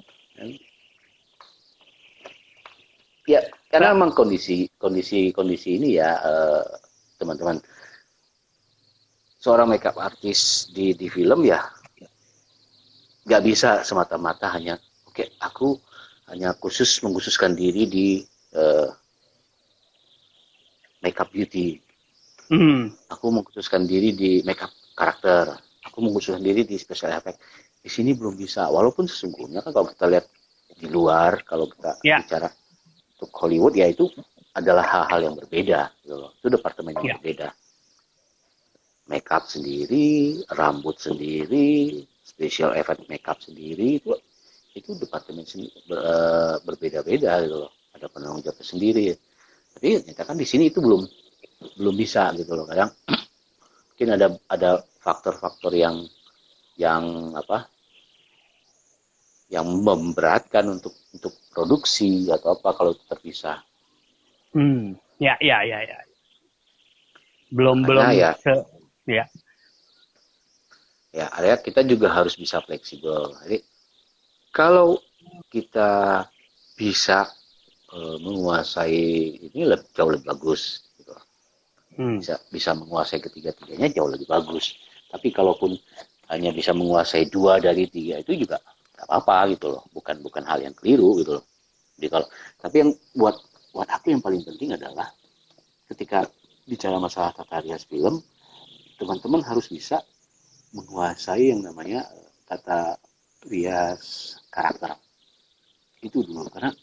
Ya, karena Nah, memang kondisi ini ya teman-teman, seorang makeup artis di film ya nggak bisa semata-mata hanya oke aku hanya mengkhususkan diri di uh, makeup beauty, hmm, aku mengkhususkan diri di makeup karakter, aku mengkhususkan diri di special effect. Di sini belum bisa, walaupun sesungguhnya kan kalau kita lihat di luar, kalau kita ya, bicara untuk Hollywood ya itu adalah hal-hal yang berbeda gitu loh. Itu departemen yang ya. berbeda, makeup sendiri, rambut sendiri, special effect makeup sendiri, itu departemen berbeda-beda gitu loh, ada penanggung jawab sendiri. Tapi ternyata kan di sini itu belum belum bisa gitu loh. Kadang mungkin ada faktor-faktor yang apa yang memberatkan untuk produksi atau apa kalau terpisah. Hmm, ya, ya, ya, ya. Belum, Makanya belum ya ya. ya area kita juga harus bisa fleksibel. Jadi kalau kita bisa menguasai ini jauh lebih bagus gitu. Hmm, Bisa bisa menguasai ketiga-tiganya jauh lebih bagus. Tapi kalaupun hanya bisa menguasai 2 dari 3 itu juga nggak apa-apa gitu loh. Bukan hal yang keliru gitu loh. Jadi kalau tapi yang buat aku yang paling penting adalah ketika bicara masalah tata rias film, teman-teman harus bisa menguasai yang namanya tata rias karakter itu dulu, karena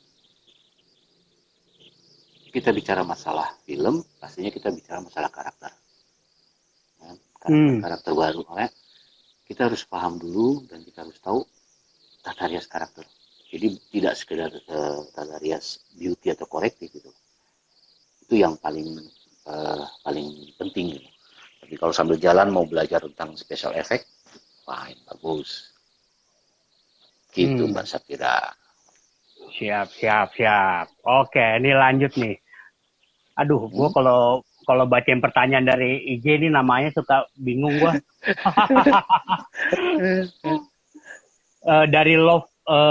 kita bicara masalah film pastinya kita bicara masalah karakter ya, hmm, karakter baru ya. Kita harus paham dulu dan kita harus tahu tata rias karakter, jadi tidak sekedar tata rias beauty atau korektif gitu. Itu yang paling penting gitu. Jadi kalau sambil jalan mau belajar tentang special effect, fine, bagus. Gitu hmm. Mbak Safira. Siap, siap, siap. Oke, ini lanjut nih. Aduh, gue Hmm? kalau kalau bacain pertanyaan dari IG ini namanya suka bingung gue. Dari Love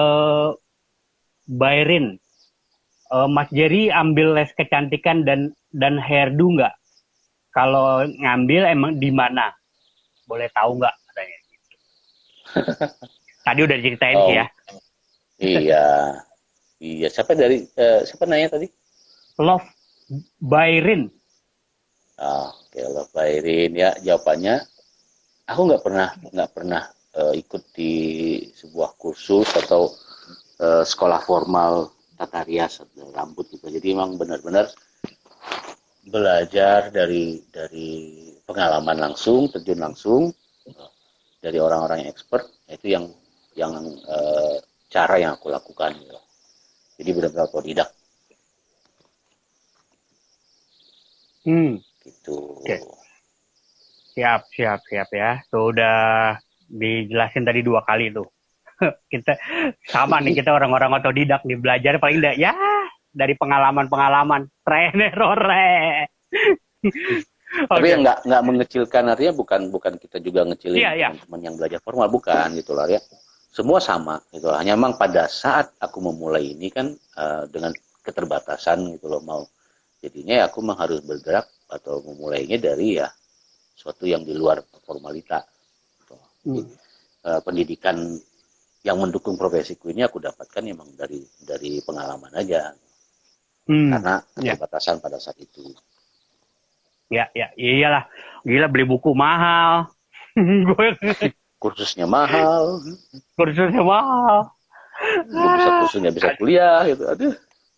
Byrin, Mas Jerry ambil les kecantikan dan hairdo nggak? Kalau ngambil emang di mana? Boleh tahu nggak katanya? Tadi udah diceritain sih Oh ya. iya, iya. Siapa nanya tadi? Love Byrin. Ah, oke, Love Bairin ya. Jawabannya, aku nggak pernah ikut di sebuah kursus atau sekolah formal tata rias atau rambut gitu. Jadi emang benar-benar belajar dari pengalaman langsung, terjun langsung dari orang-orang yang expert. Itu yang cara yang aku lakukan. Gitu. Jadi benar-benar otodidak Hmm. gitu. Oke. Siap, siap, siap ya. Tuh udah dijelasin tadi 2 kali tuh. Kita sama nih, kita orang-orang otodidak nih, belajar paling enggak ya dari pengalaman-pengalaman. Trenerore. Tapi Oke. yang nggak mengecilkan, artinya bukan kita juga ngecilin Iya, iya. teman-teman yang belajar formal, bukan gitu lah ya. Semua sama gitu lah. Hanya memang pada saat aku memulai ini kan dengan keterbatasan gitu loh, mau jadinya ya aku memang harus bergerak atau memulainya dari ya suatu yang di luar formalita gitu. Jadi Hmm. pendidikan yang mendukung profesiku ini aku dapatkan memang dari pengalaman aja Hmm. karena Ya, keterbatasan pada saat itu. ya, ya. Iyalah. Gila beli buku mahal. Gue kursusnya mahal, Kursusnya mahal. nggak bisa kursus nggak bisa kuliah gitu, aduh.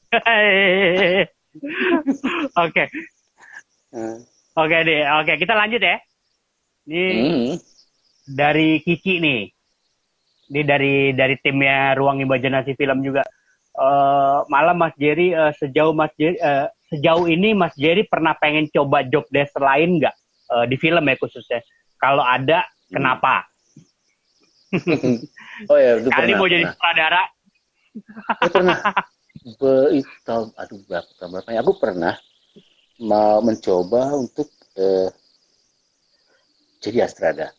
Oke, oke deh, oke kita lanjut ya. Ini dari Kiki nih. Ini dari timnya Ruang Imajinasi Film juga. Malam Mas Jerry, sejauh ini Mas Jerry pernah pengen coba job desk lain nggak di film ya khususnya? Kalau ada, kenapa? Oh ya, itu Kali pernah. mau jadi sutradara? Pernah. Aduh, berapa ya? Aku pernah mau mencoba untuk jadi astrada.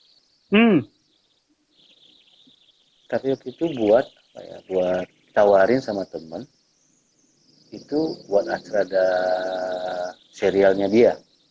Tapi waktu itu buat tawarin sama teman itu buat astrada serialnya dia.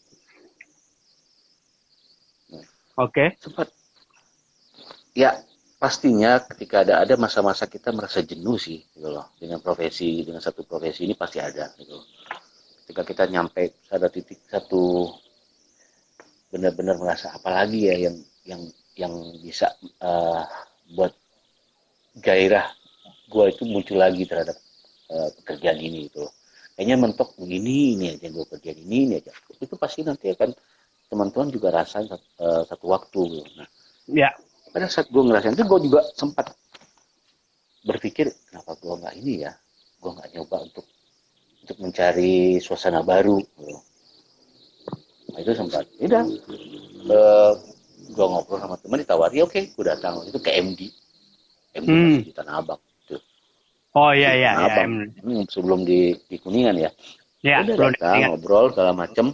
Oke. Sempat. Ya, pastinya ketika ada masa-masa kita merasa jenuh sih, gitu loh. Dengan satu profesi ini pasti ada, gitu. Ketika kita nyampe pada titik satu, benar-benar merasa apalagi ya yang bisa buat gairah gue itu muncul lagi terhadap pekerjaan ini, gitu loh. Kayaknya mentok ini aja gue kerjaan ini aja. Itu pasti nanti akan teman-teman juga rasain satu waktu, gitu. Nah, ya. Pada saat gue ngerasain itu, gue juga sempat berpikir, kenapa gue nggak ini ya, gue nggak nyoba untuk mencari suasana baru. Nah, itu sempat, udah, gue ngobrol sama teman, ditawari, oke, gue datang itu ke MD masih di Tanah Abang. Tuh. Oh iya iya. Tanah Abang, sebelum di Kuningan ya. Ya, udah datang, ngobrol segala macem,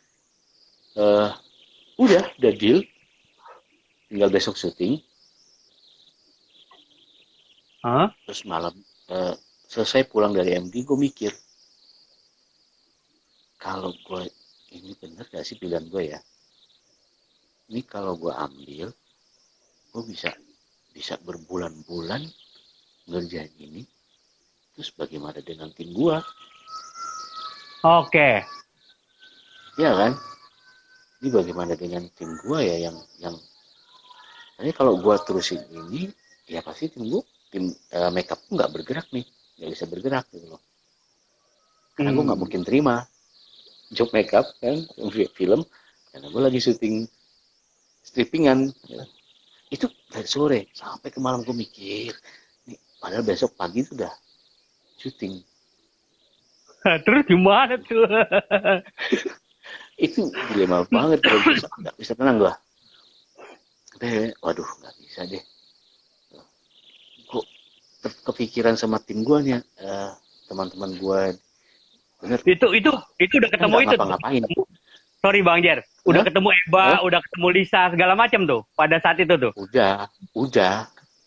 udah deal. Tinggal besok syuting. Terus malam selesai pulang dari MD, gue mikir, kalau gue ini bener gak sih pilihan gue ya? Ini kalau gue ambil, gue bisa berbulan-bulan ngerjain ini. Terus bagaimana dengan tim gue? Oke. Ya kan? Ini bagaimana dengan tim gue ya yang ini kalau gue terusin ini, ya pasti tim makeup nggak bergerak nih, nggak bisa bergerak gitu loh. Karena gue nggak mungkin terima job makeup kan film, karena gue lagi syuting strippingan. Ya. Itu dari sore sampai ke malam gue mikir, nih, padahal besok pagi sudah syuting. Terus gimana tuh? Itu dilema banget, kalau nggak bisa tenang gue. Waduh, nggak bisa deh. Kok kepikiran sama tim gue nih, teman-teman gue. Bener. Itu udah ketemu itu. Ngapain? Sorry Bang Jer, udah ketemu Eba, udah ketemu Lisa segala macam tuh pada saat itu tuh. Udah.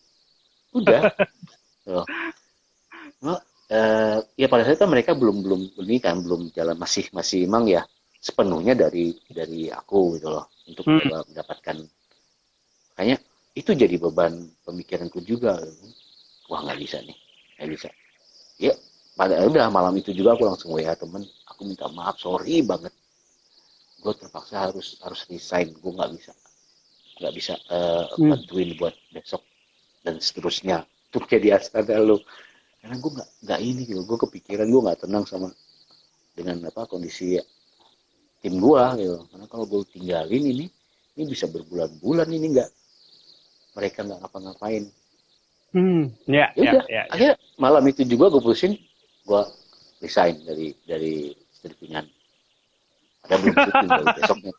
Ya pada saat itu mereka belum ini kan, belum jalan, masih emang ya sepenuhnya dari aku gitu loh, untuk mendapatkan. Kayaknya itu jadi beban pemikiranku juga. Wah, nggak bisa. Ya, udah malam itu juga aku langsung WA temen, aku minta maaf, sorry banget, gue terpaksa harus resign, gue nggak bisa bantuin buat besok dan seterusnya untuk jadi astrada lo, karena gue nggak ini gitu, gue kepikiran, gue nggak tenang sama dengan kondisi tim gue gitu, karena kalau gue tinggalin ini bisa berbulan-bulan ini mereka nggak ngapa-ngapain. Ya. Akhirnya malam itu juga gue putusin, gue resign dari strippingan. Ada belum syuting dari besoknya.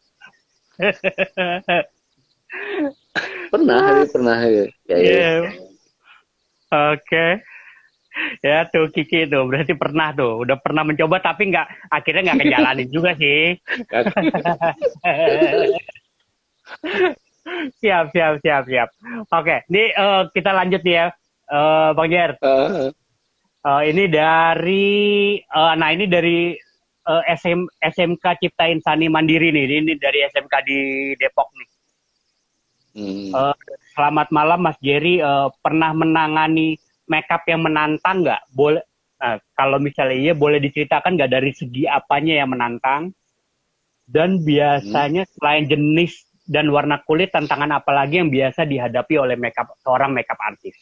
pernah ya. Oke. Ya tuh Kiki tuh berarti pernah tuh, udah pernah mencoba tapi akhirnya nggak kejalanin juga sih. Siap. Oke, ini kita lanjut nih ya, Bang Jer. Ini dari SMK Cipta Insani Mandiri nih. Ini dari SMK di Depok nih. Selamat malam Mas Jerry. Pernah menangani makeup yang menantang nggak? Boleh. Kalau misalnya iya, boleh diceritakan nggak dari segi apanya yang menantang? Dan biasanya selain jenis dan warna kulit, tantangan apa lagi yang biasa dihadapi oleh seorang makeup artist?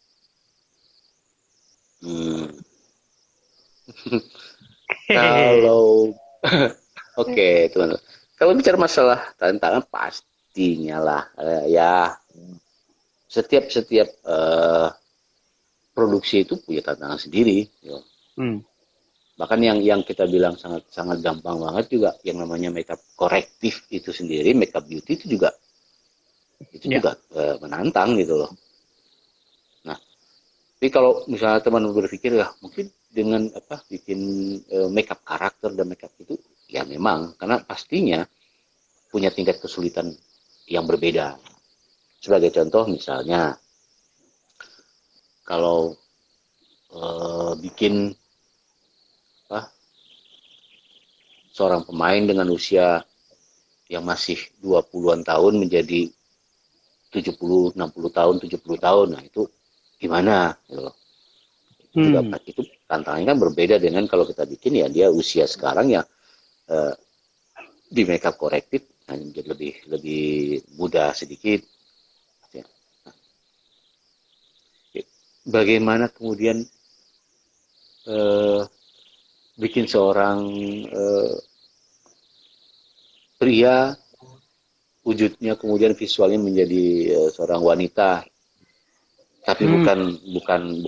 Kalau oke, teman-teman. Kalau bicara masalah tantangan pastinya lah, ya setiap produksi itu punya tantangan sendiri. Ya. Bahkan yang kita bilang sangat sangat gampang banget juga, yang namanya makeup korektif itu sendiri, makeup beauty itu juga menantang gitu loh. Nah, tapi kalau misalnya teman berpikir ya mungkin dengan bikin makeup karakter dan makeup itu, ya memang karena pastinya punya tingkat kesulitan yang berbeda. Sebagai contoh misalnya kalau bikin seorang pemain dengan usia yang masih 20-an tahun menjadi 70, 60 tahun, 70 tahun, nah itu gimana gitu loh. Itu tantangannya kan berbeda dengan kalau kita bikin ya dia usia sekarang ya di makeup korektif lebih mudah sedikit. Bagaimana kemudian bikin seorang pria wujudnya kemudian visualnya menjadi seorang wanita, tapi bukan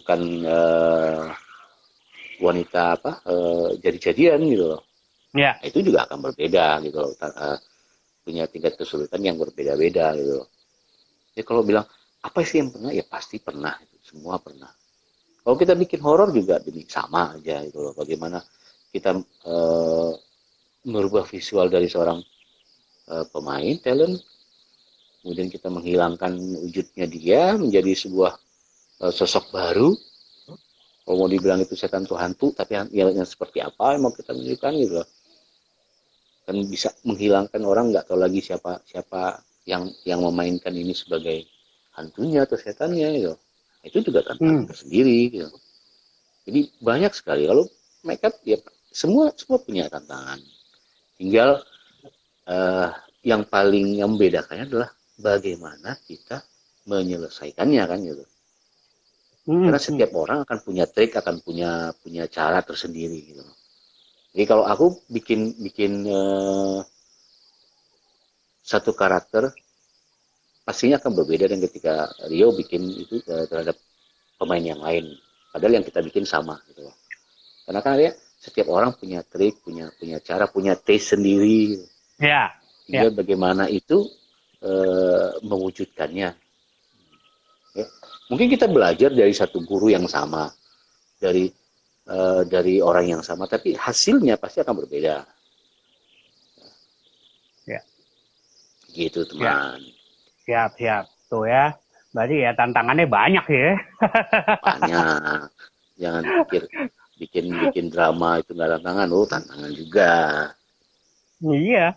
wanita jadi-jadian gitu loh. Yeah. Nah, itu juga akan berbeda gitu loh. Punya tingkat kesulitan yang berbeda-beda gitu loh. Jadi kalau bilang apa sih yang pernah, ya pasti pernah, semua pernah. Kalau kita bikin horor juga sama aja gitu loh. Bagaimana kita merubah visual dari seorang pemain talent, kemudian kita menghilangkan wujudnya dia menjadi sebuah sosok baru. Kalau mau dibilang itu setan atau hantu, tapi yang seperti apa yang mau kita tunjukkan gitu loh. Kan bisa menghilangkan orang, nggak tahu lagi siapa yang memainkan ini sebagai hantunya atau setannya gitu. Itu juga tantangan tersendiri gitu. Jadi banyak sekali. Kalau makeup ya semua punya tantangan. Tinggal yang paling membedakannya adalah bagaimana kita menyelesaikannya kan gitu. Karena setiap orang akan punya trik, akan punya cara tersendiri gitu. Jadi kalau aku bikin satu karakter pastinya akan berbeda dengan ketika Rio bikin itu terhadap pemain yang lain. Padahal yang kita bikin sama gitu. Karena kan ya setiap orang punya trik, punya cara, punya taste sendiri. Ya. Tinggal bagaimana itu mewujudkannya. Ya. Mungkin kita belajar dari satu guru yang sama, dari orang yang sama, tapi hasilnya pasti akan berbeda. Ya. Gitu teman. Siap. Tuh ya. Berarti ya tantangannya banyak ya. Banyak. Jangan pikir bikin drama itu nggak tantangan, tantangan juga. Iya.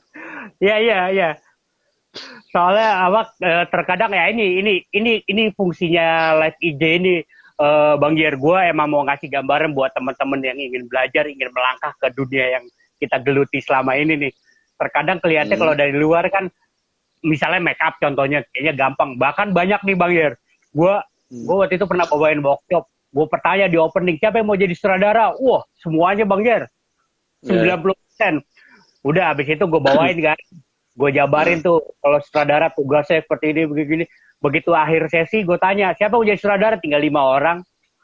Soalnya terkadang ya ini fungsinya live IG ini, Bang Gier, gue emang mau ngasih gambaran buat teman-teman yang ingin belajar, ingin melangkah ke dunia yang kita geluti selama ini nih. Terkadang kelihatannya kalau dari luar kan, misalnya make up contohnya kayaknya gampang. Bahkan banyak nih Bang Gier. Gue waktu itu pernah bawain workshop. Gue bertanya di opening, siapa yang mau jadi sutradara? Wah, semuanya Bang Gier. 90%. Udah, habis itu gue bawain kan. Gue jabarin tuh, kalau sutradara tugasnya seperti ini, begini. Begitu akhir sesi, gue tanya, siapa mau jadi sutradara? Tinggal 5 orang.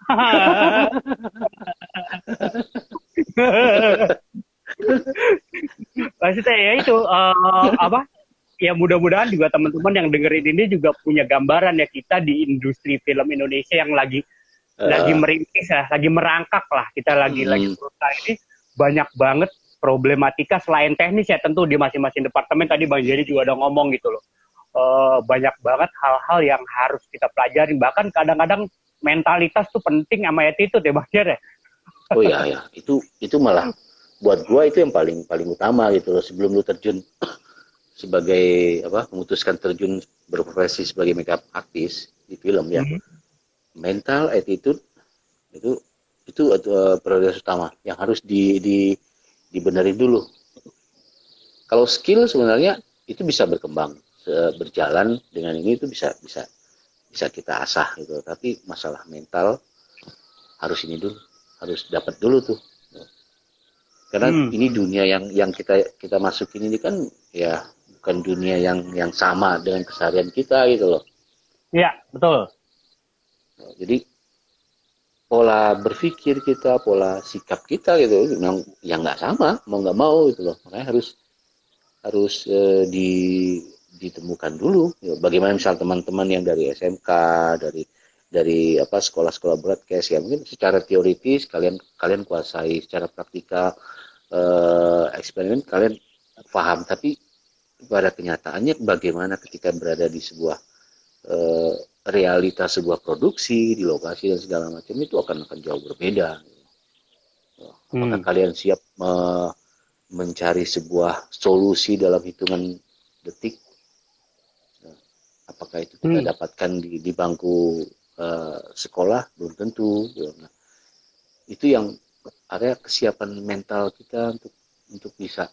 Maksudnya ya itu, ya mudah-mudahan juga teman-teman yang dengerin ini juga punya gambaran ya, kita di industri film Indonesia yang lagi merintis ya, lagi merangkak lah, kita lagi berusaha ini, banyak banget problematika selain teknis ya, tentu di masing-masing departemen. Tadi Bang Jerry juga udah ngomong gitu loh, banyak banget hal-hal yang harus kita pelajari, bahkan kadang-kadang mentalitas tuh penting sama attitude ya Bang Jerry. Oh ya, itu malah buat gua itu yang paling utama gitu loh, sebelum lu terjun sebagai memutuskan terjun berprofesi sebagai makeup artist di film ya. Mental, attitude itu prioritas utama yang harus dibenerin dulu. Kalau skill sebenarnya itu bisa berkembang berjalan dengan ini itu bisa kita asah gitu. Tapi masalah mental harus ini dulu, harus dapat dulu tuh. Karena ini dunia yang kita masukin ini kan ya bukan dunia yang sama dengan keseharian kita gitu loh. Iya, betul. Jadi pola berpikir kita, pola sikap kita gitu, yang nggak sama, mau nggak mau gitu loh. Makanya harus ditemukan dulu. Bagaimana misal teman-teman yang dari SMK, dari sekolah-sekolah broadcast ya, mungkin secara teoritis kalian kuasai, secara praktikal eksperimen kalian paham, tapi pada kenyataannya bagaimana ketika berada di sebuah realitas sebuah produksi di lokasi dan segala macam itu akan jauh berbeda. Apakah kalian siap mencari sebuah solusi dalam hitungan detik? Apakah itu kita dapatkan di bangku sekolah? Belum tentu. Nah, itu yang area kesiapan mental kita untuk bisa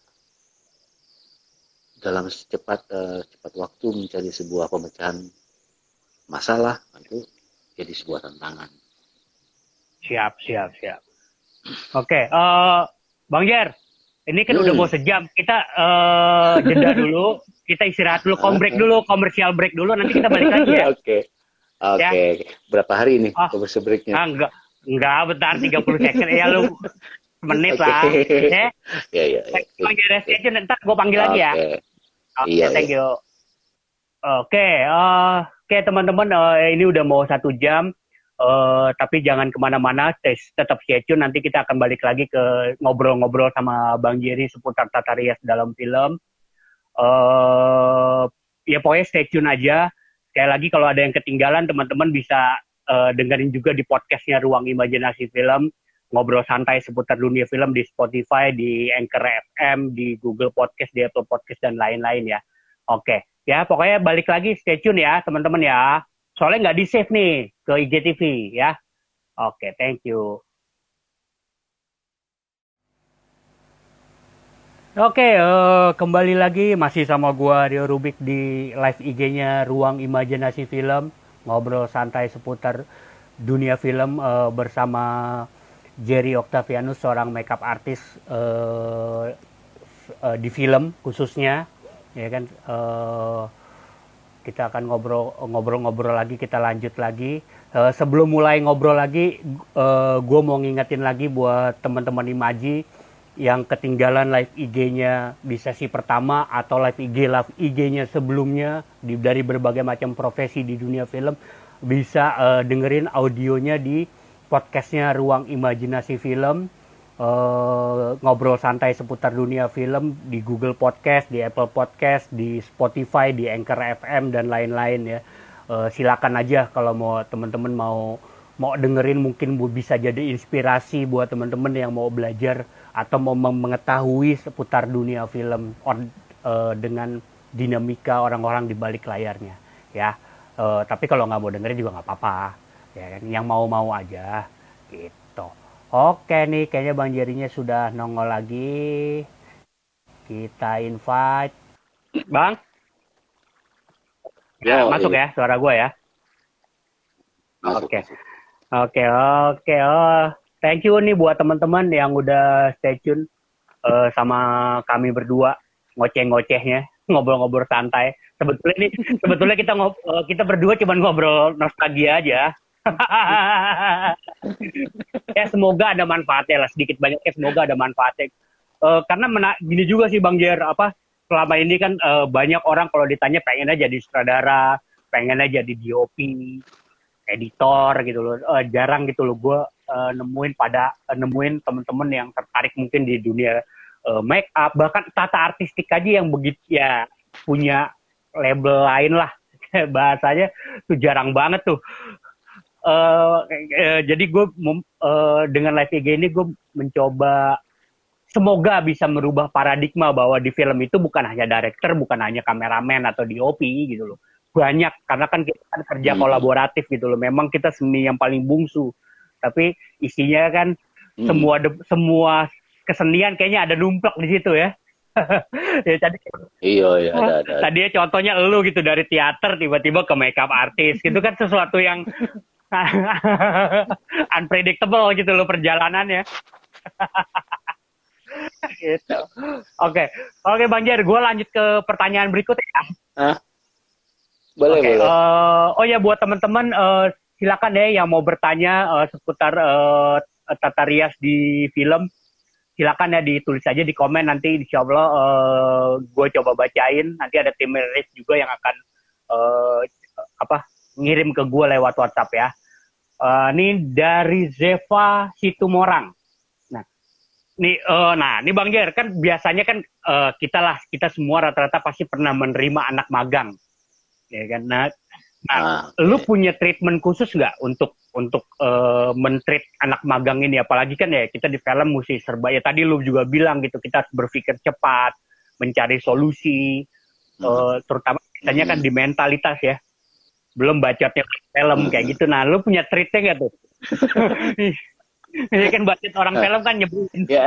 dalam cepat waktu mencari sebuah pemecahan masalah, itu jadi sebuah tantangan. Siap. Oke, Bang Jer, ini kan udah mau sejam. Kita jeda dulu, kita istirahat dulu, komersial break dulu, nanti kita balik lagi ya. Oke. Ya? Berapa hari ini komersial breaknya? Enggak, bentar 30 second ya lu. Menit lah. Ya. Iya. Bang Jer, ntar gue panggil lagi ya. Oke, thank you. Oke, teman-teman, ini udah mau 1 jam, tapi jangan kemana-mana, tetap stay tune, nanti kita akan balik lagi ke ngobrol-ngobrol sama Bang Jerry seputar tata rias dalam film. Ya pokoknya stay tune aja. Sekali lagi kalau ada yang ketinggalan, teman-teman bisa dengerin juga di podcastnya Ruang Imajinasi Film, ngobrol santai seputar dunia film di Spotify, di Anchor FM, di Google Podcast, di Apple Podcast, dan lain-lain ya. Oke. Ya, pokoknya balik lagi, stay tune ya, teman-teman ya. Soalnya nggak di-save nih ke IGTV ya. Oke, thank you. Oke, kembali lagi masih sama gua Rio Rubik di live IG-nya Ruang Imajinasi Film. Ngobrol santai seputar dunia film bersama Jerry Octavianus, seorang makeup artist di film khususnya. Ya kan, kita akan ngobrol-ngobrol lagi, kita lanjut lagi. Sebelum mulai ngobrol lagi, gue mau ngingetin lagi buat teman-teman Imaji yang ketinggalan live IG-nya di sesi pertama atau live IG-nya sebelumnya dari berbagai macam profesi di dunia film, bisa dengerin audionya di podcastnya Ruang Imajinasi Film. Ngobrol santai seputar dunia film di Google Podcast, di Apple Podcast, di Spotify, di Anchor FM, dan lain-lain ya. Silakan aja kalau mau teman-teman mau dengerin, mungkin bisa jadi inspirasi buat teman-teman yang mau belajar atau mau mengetahui seputar dunia film dengan dinamika orang-orang di balik layarnya ya. Tapi kalau nggak mau dengerin juga nggak apa-apa ya kan, yang mau aja gitu. Oke nih, kayaknya Bang Jerinya sudah nongol lagi. Kita invite. Bang? Ya, masuk ya suara gue ya? Oke. Thank you nih buat teman-teman yang udah stay tune sama kami berdua, ngoceh-ngocehnya, ngobrol-ngobrol santai. Sebetulnya kita berdua cuma ngobrol nostalgia aja. Ya semoga ada manfaatnya lah, sedikit banyaknya semoga ada manfaatnya. Karena gini juga sih Bang Jer, selama ini kan banyak orang kalau ditanya pengennya jadi sutradara, pengennya jadi DOP, editor gitu loh. Jarang gitu loh gue nemuin temen-temen yang tertarik mungkin di dunia make up, bahkan tata artistik aja yang begitu ya, punya label lain lah. Bahasanya tuh jarang banget tuh. Jadi gue dengan live IG ini gue mencoba semoga bisa merubah paradigma bahwa di film itu bukan hanya director, bukan hanya kameramen atau DOP gitu loh. Banyak, karena kan kita kan kerja kolaboratif gitu loh. Memang kita seni yang paling bungsu, tapi isinya kan semua kesenian kayaknya ada numplak di situ ya. Ya tadi Iya, iya, ada. tadinya contohnya elu gitu dari teater tiba-tiba ke makeup artis gitu kan sesuatu yang unpredictable gitu loh perjalanannya gitu. Oke, oke Bang Jer, gue lanjut ke pertanyaan berikutnya. Ah, boleh, Oke, boleh. oh ya buat teman-teman silakan ya yang mau bertanya seputar tata rias di film, silakan ya ditulis aja di komen nanti insya Allah gue coba bacain. Nanti ada tim rias juga yang akan uh, apa ngirim ke gue lewat WhatsApp ya. Ini dari Zeva Situmorang. Nah, ini Bang Jer kan biasanya kan kita semua rata-rata pasti pernah menerima anak magang, ya kan? Nah, lu Okay. punya treatment khusus nggak untuk mentreat anak magang ini? Apalagi kan ya kita di film mesti serba ya tadi lu juga bilang gitu kita harus berpikir cepat, mencari solusi, Mm-hmm. terutama biasanya kan Mm-hmm. di mentalitas ya. Belum bacotnya film kayak Mm-hmm. gitu. Nah, lu punya treatnya nggak tuh? Ini kan bacot orang film kan nyebelin. Ya,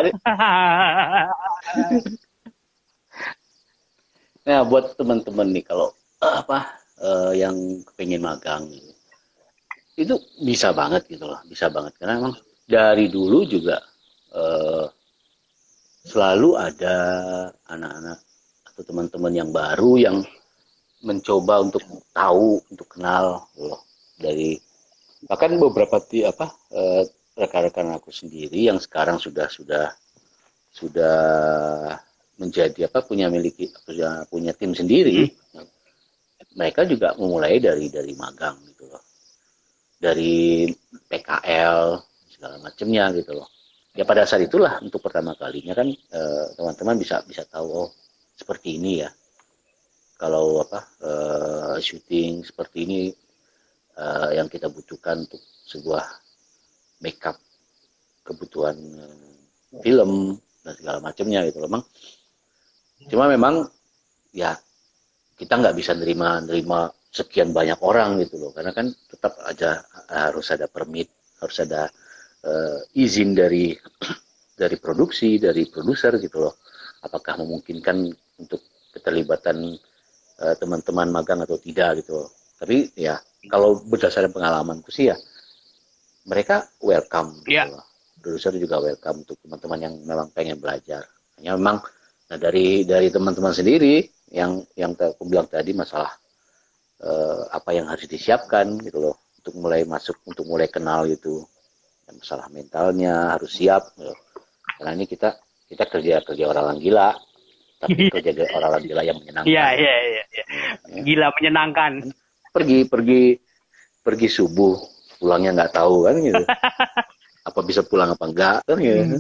nah buat teman-teman nih kalau yang pengen magang gitu, itu bisa banget gitu loh, bisa banget karena emang dari dulu juga eh, selalu ada anak-anak atau teman-teman yang baru yang mencoba untuk tahu, untuk kenal loh dari bahkan beberapa rekan-rekan aku sendiri yang sekarang sudah menjadi punya tim sendiri. Mereka juga memulai dari magang gitu loh, dari PKL segala macamnya gitu loh. Ya pada saat itulah untuk pertama kalinya kan teman-teman bisa bisa tahu oh seperti ini ya kalau syuting seperti ini yang kita butuhkan untuk sebuah makeup kebutuhan film dan segala macamnya gitu loh. Memang ya kita nggak bisa nerima sekian banyak orang gitu loh karena kan tetap aja harus ada permit, harus ada izin dari produksi, dari produser gitu loh, apakah memungkinkan untuk keterlibatan teman-teman magang atau tidak gitu loh. Tapi ya kalau berdasarkan pengalamanku sih ya mereka welcome gitu Ya, loh, produser juga welcome untuk teman-teman yang memang pengen belajar. Hanya memang nah dari teman-teman sendiri yang aku bilang tadi masalah apa yang harus disiapkan gitu loh untuk mulai masuk, untuk mulai kenal gitu, dan masalah mentalnya harus siap gitu. Karena ini kita kerja kerja orang gila, tapi kerja orang gila yang iya, menyenangkan iya, iya, iya. ya. Gila menyenangkan. pergi pergi pergi subuh pulangnya nggak tahu kan gitu, apa bisa pulang apa enggak kan gitu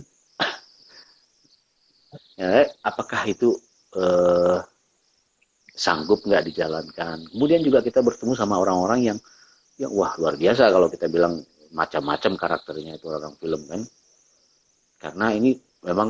ya, apakah itu eh, sanggup nggak dijalankan. Kemudian juga kita bertemu sama orang-orang yang wah luar biasa kalau kita bilang macam-macam karakternya itu orang film kan, karena ini memang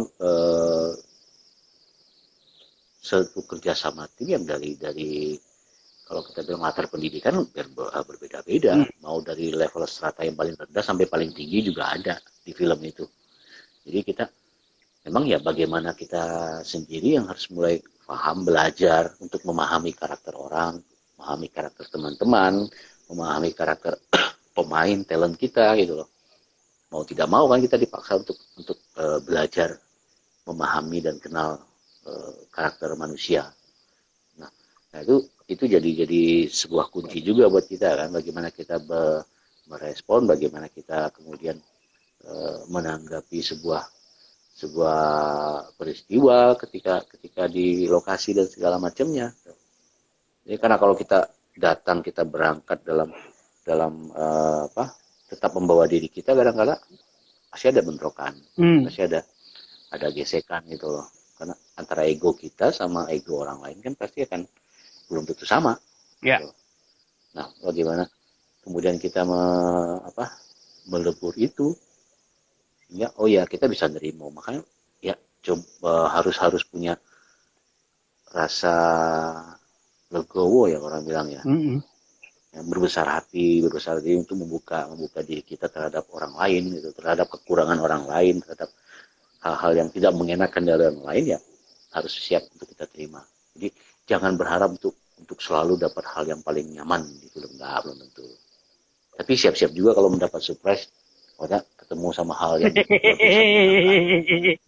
satu kerjasama tim yang dari kalau kita bilang latar pendidikan berbeda-beda, mau dari level strata yang paling rendah sampai paling tinggi juga ada di film itu. Jadi kita memang ya bagaimana kita sendiri yang harus mulai paham, belajar untuk memahami karakter orang, memahami karakter teman-teman, memahami karakter pemain, talent kita gitu loh. Mau tidak mau kan kita dipaksa untuk belajar memahami dan kenal karakter manusia. Nah, nah itu jadi sebuah kunci juga buat kita kan, bagaimana kita merespon, bagaimana kita kemudian menanggapi sebuah sebuah peristiwa ketika di lokasi dan segala macamnya. Jadi karena kalau kita datang, kita berangkat dalam dalam tetap membawa diri kita, kadang-kadang pasti ada bentrokan, pasti ada gesekan gitu loh. Karena antara ego kita sama ego orang lain kan pasti akan belum tentu sama. Ya. Gitu. Nah, bagaimana kemudian kita melebur itu, ya oh ya kita bisa nerima. Makanya ya coba harus punya rasa legowo ya orang bilang ya. Yang berbesar hati untuk membuka diri kita terhadap orang lain gitu, terhadap kekurangan orang lain, terhadap hal-hal yang tidak mengenakan dari orang lain ya. harus siap untuk kita terima. Jadi jangan berharap untuk selalu dapat hal yang paling nyaman di film, belum tentu. Tapi siap-siap juga kalau mendapat surprise, ketemu sama hal yang luar biasa menyenangkan.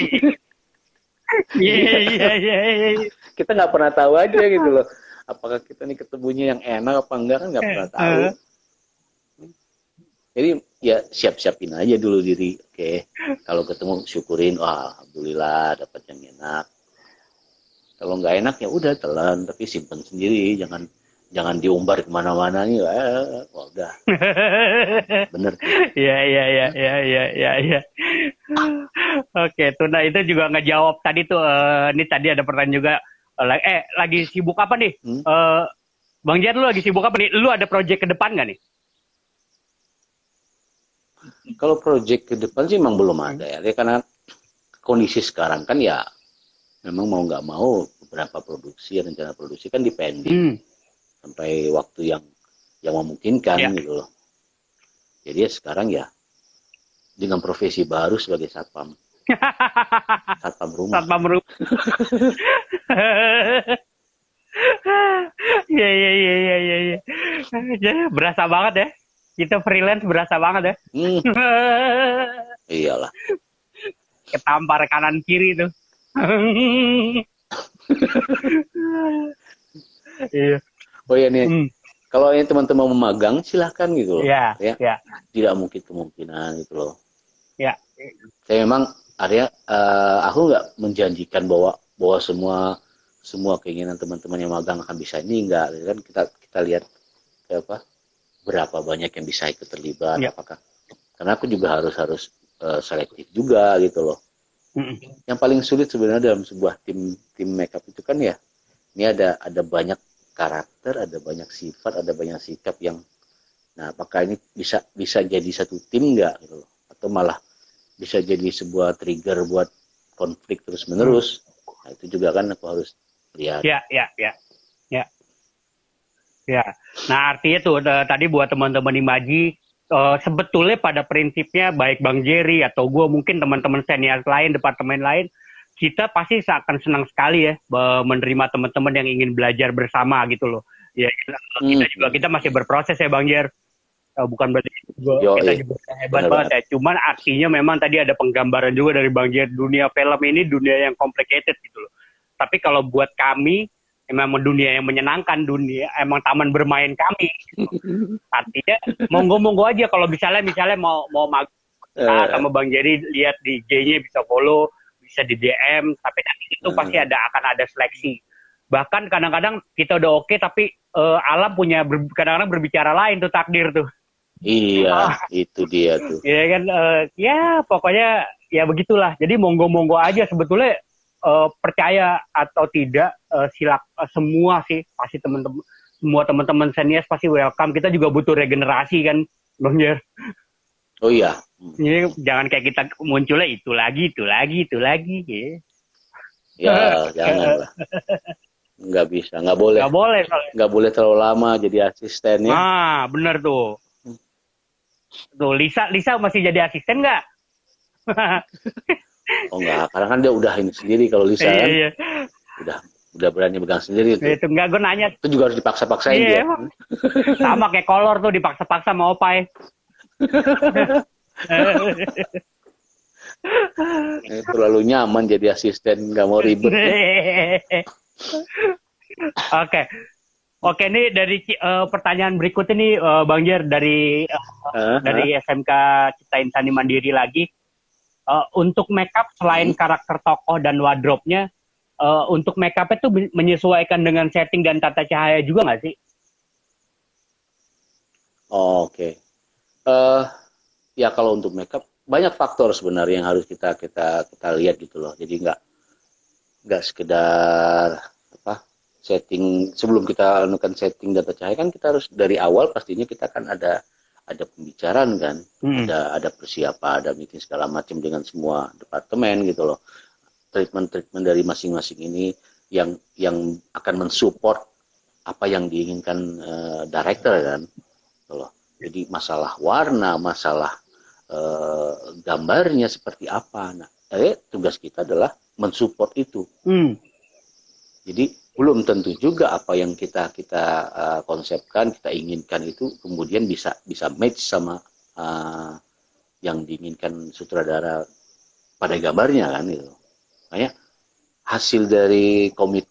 Kita nggak pernah tahu aja gitu loh. Apakah kita nih ketemunya yang enak apa enggak, kan nggak pernah tahu. Jadi ya siap-siapin aja dulu diri. Oke, kalau ketemu syukurin, wah alhamdulillah dapat yang enak. Kalau nggak enak ya udah telan, tapi simpen sendiri, jangan diumbar kemana-mana nih. Wah udah. Bener. Ya. Oke, Tuna itu juga ngejawab tadi tuh. Ini tadi ada pertanyaan juga. Lagi sibuk apa nih? Bang Jar, lu lagi sibuk apa nih? Lu ada project ke depan nggak nih? Kalau project ke depan sih memang belum ada ya. Karena kondisi sekarang kan ya memang mau nggak mau beberapa rencana produksi kan dipending sampai waktu yang memungkinkan gitu loh. Jadi ya sekarang ya dengan profesi baru sebagai satpam. Satpam rumah. Ya. Berasa banget ya. Kita freelance berasa banget ya. Iyalah. Ketampar kanan kiri tuh. Iya. Oh iya nih, kalau ini teman-teman mau magang silahkan gitu loh. Ya. Tidak mungkin kemungkinan gitu loh. Ya. Saya memang aku nggak menjanjikan bahwa semua keinginan teman-teman yang magang akan bisa, ini enggak. Kan kita lihat berapa banyak yang bisa ikut terlibat, apakah. Karena aku juga harus selektif juga gitu loh. Yang paling sulit sebenarnya dalam sebuah tim makeup itu kan ya, ini ada banyak karakter, ada banyak sifat, ada banyak sikap yang, nah apakah ini bisa jadi satu tim nggak gitu loh, atau malah bisa jadi sebuah trigger buat konflik terus menerus. Nah itu juga kan aku harus lihat. Ya. Nah artinya tuh tadi buat teman-teman Imaji, sebetulnya pada prinsipnya baik Bang Jerry atau gue, mungkin teman-teman senior lain, departemen lain, kita pasti akan senang sekali ya menerima teman-teman yang ingin belajar bersama gitu loh. Ya kita masih berproses ya Bang Jer. Bukan berarti kita juga hebat banget ya. Cuman artinya memang tadi ada penggambaran juga dari Bang Jer, dunia film ini dunia yang complicated gitu loh. Tapi kalau buat kami memang dunia yang menyenangkan, dunia emang taman bermain kami. Artinya monggo aja kalau misalnya mau sama Bang Jerry, lihat di IG-nya bisa follow, bisa di DM, tapi nanti itu pasti akan ada seleksi. Bahkan kadang-kadang kita udah oke, tapi alam punya kadang-kadang berbicara lain tuh, takdir tuh. Iya, itu dia tuh. Ya kan, ya pokoknya ya begitulah. Jadi monggo aja sebetulnya. Percaya atau tidak, semua sih pasti semua teman-teman senior pasti welcome. Kita juga butuh regenerasi kan, Bang Jer. Oh iya. Jadi jangan kayak kita munculnya itu lagi. Ya jangan lah. Nggak bisa, nggak boleh terlalu lama jadi asistennya. Ah bener tuh. Tuh Lisa masih jadi asisten nggak? Oh enggak, karena kan dia udah ini sendiri kalau Lisa kan. Iya. Udah berani pegang sendiri tuh. Itu enggak, gue nanya. Itu juga harus dipaksa-paksain dia. Sama kayak kolor tuh, dipaksa-paksa mau Opai. Terlalu nyaman jadi asisten, nggak mau ribet. Oke, ini dari pertanyaan berikut ini Bang Jer dari SMK Cipta Insani Mandiri lagi. Untuk makeup selain karakter tokoh dan wardrobe-nya, untuk makeup itu menyesuaikan dengan setting dan tata cahaya juga nggak sih? Oke. Ya kalau untuk makeup banyak faktor sebenarnya yang harus kita lihat gitu loh. Jadi nggak sekedar setting, sebelum kita lakukan setting tata cahaya kan kita harus dari awal pastinya kita kan ada pembicaraan kan, ada persiapan, ada meeting segala macam dengan semua departemen gitu loh. Treatment dari masing-masing ini yang akan mensupport apa yang diinginkan director kan, gitu loh. Jadi masalah warna, masalah gambarnya seperti apa. Nah, tugas kita adalah mensupport itu. Jadi belum tentu juga apa yang kita konsepkan, kita inginkan itu kemudian bisa match sama yang diinginkan sutradara pada gambarnya kan gitu. Makanya hasil dari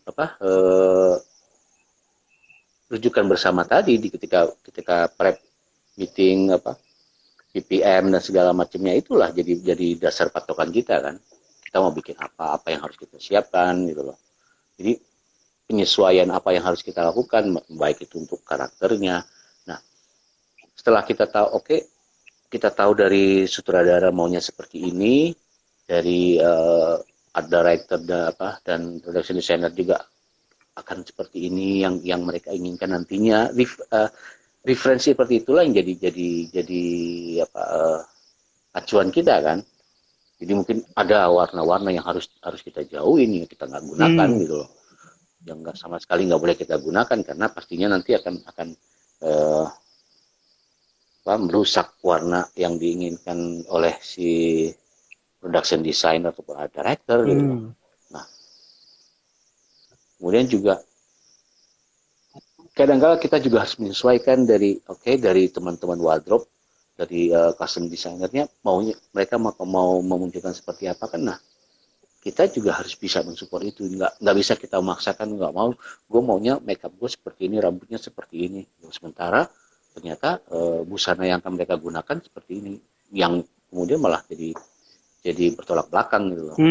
rujukan bersama tadi di ketika prep meeting PPM dan segala macamnya, itulah jadi dasar patokan kita kan. Kita mau bikin apa yang harus kita siapkan gitu loh. Jadi penyesuaian apa yang harus kita lakukan, baik itu untuk karakternya. Nah, setelah kita tahu, kita tahu dari sutradara maunya seperti ini, dari art director dan production designer juga akan seperti ini yang mereka inginkan nantinya. Referensi seperti itulah yang jadi acuan kita kan. Jadi mungkin ada warna-warna yang harus kita jauhin, yang kita nggak gunakan gitu loh. Yang nggak sama sekali nggak boleh kita gunakan karena pastinya nanti akan merusak warna yang diinginkan oleh si production designer atau art director gitu. Nah, kemudian juga kadang-kala kita juga harus menyesuaikan dari teman-teman wardrobe, dari custom designernya mereka mau memunculkan seperti apa kan. Nah, kita juga harus bisa mensupport itu. Nggak bisa kita memaksakan, nggak mau, gue maunya makeup gue seperti ini, rambutnya seperti ini. Sementara ternyata busana yang akan mereka gunakan seperti ini, yang kemudian malah jadi bertolak belakang gitu loh.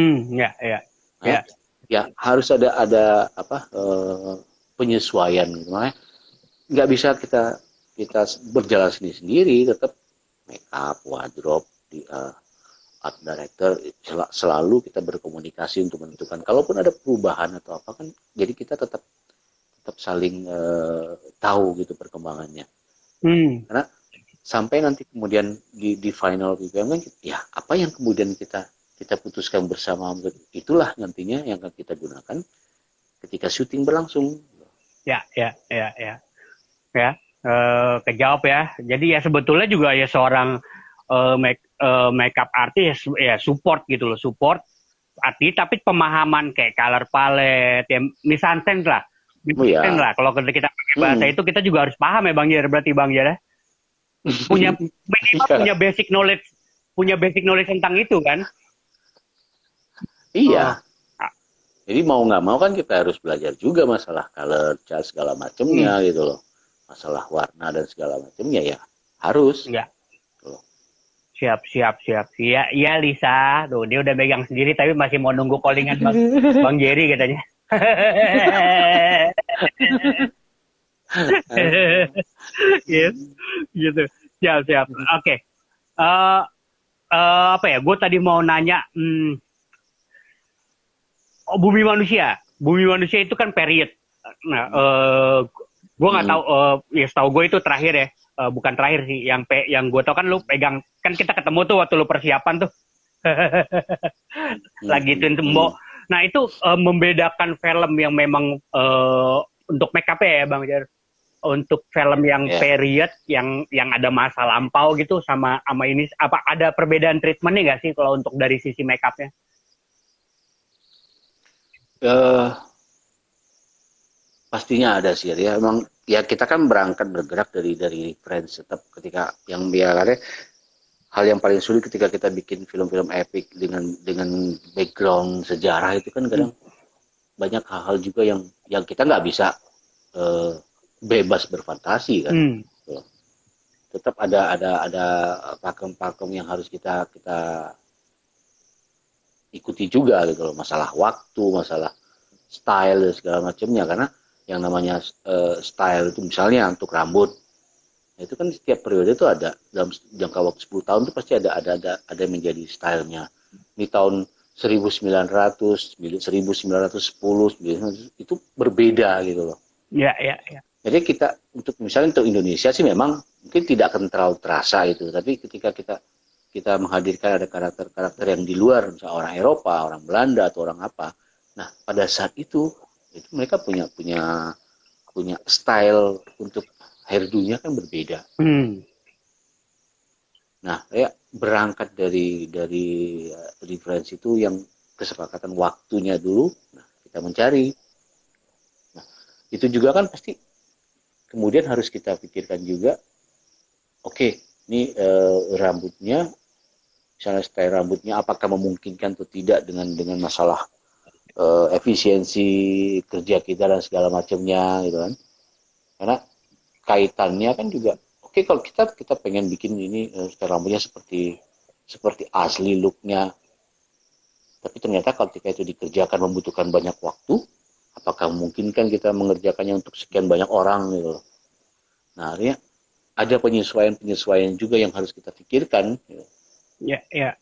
Ya harus ada penyesuaian gitu. Makanya nggak bisa kita berjalan sendiri, tetap makeup, wardrobe, art director selalu kita berkomunikasi untuk menentukan. Kalaupun ada perubahan atau apa kan, jadi kita tetap saling tahu gitu perkembangannya. Karena sampai nanti kemudian di final PPM kan, ya apa yang kemudian kita putuskan bersama, itulah nantinya yang akan kita gunakan ketika syuting berlangsung. Kejawab ya. Jadi ya sebetulnya juga ya seorang makeup artist ya support gitu loh, support arti, tapi pemahaman kayak color palette, ya misansen lah. Kalau kita pakai bahasa itu kita juga harus paham ya Bang Jer, berarti Bang Jer ya. Punya basic knowledge tentang itu kan. Iya. Jadi mau nggak mau kan kita harus belajar juga masalah color chart segala macamnya gitu loh. Masalah warna dan segala macamnya ya harus. Iya. Siap. Iya Lisa, tuh dia udah megang sendiri tapi masih mau nunggu callingan Bang Jerry katanya. gitu. Siap. Oke. Apa ya? Gue tadi mau nanya. Bumi manusia itu kan period. Nah, gue nggak tahu. Ya setahu gue itu terakhir ya. Bukan terakhir sih. Yang gue tahu kan lu pegang. Kan kita ketemu tuh waktu lu persiapan tuh. Lagi Twin Tembo. Nah itu membedakan film yang memang untuk make up ya Bang Jar. Untuk film yang period yang ada masa lampau gitu sama ini, apa ada perbedaan treatmentnya nggak sih kalau untuk dari sisi make upnya? Pastinya ada sih ya. Emang ya kita kan bergerak dari reference. Tetap ketika yang biasanya hal yang paling sulit ketika kita bikin film-film epic dengan background sejarah itu kan kadang banyak hal-hal juga yang kita nggak bisa bebas berfantasi kan. Tetap ada pakem-pakem yang harus kita ikuti juga gitu loh. Masalah waktu, masalah style dan segala macamnya, karena yang namanya style itu misalnya untuk rambut, itu kan setiap periode itu ada dalam jangka waktu 10 tahun itu pasti ada menjadi stylenya. Di tahun 1900, 1910, itu berbeda gitu loh. Iya. Jadi kita misalnya untuk Indonesia sih memang mungkin tidak akan terlalu terasa itu, tapi ketika kita menghadirkan ada karakter yang di luar, misalnya orang Eropa, orang Belanda atau orang apa. Nah, pada saat itu mereka punya style untuk hairdo-nya kan berbeda. Nah, kayak berangkat dari referensi itu yang kesepakatan waktunya dulu, nah kita mencari. Nah, itu juga kan pasti kemudian harus kita pikirkan juga, oke, ini rambutnya, misalnya style rambutnya apakah memungkinkan atau tidak dengan masalah efisiensi kerja kita dan segala macamnya gitu kan. Karena kaitannya kan juga, oke, kalau kita pengen bikin ini style rambutnya seperti asli looknya, tapi ternyata ketika itu dikerjakan membutuhkan banyak waktu, apakah memungkinkan kita mengerjakannya untuk sekian banyak orang gitu. Nah, artinya ada penyesuaian juga yang harus kita pikirkan. Ya, ya,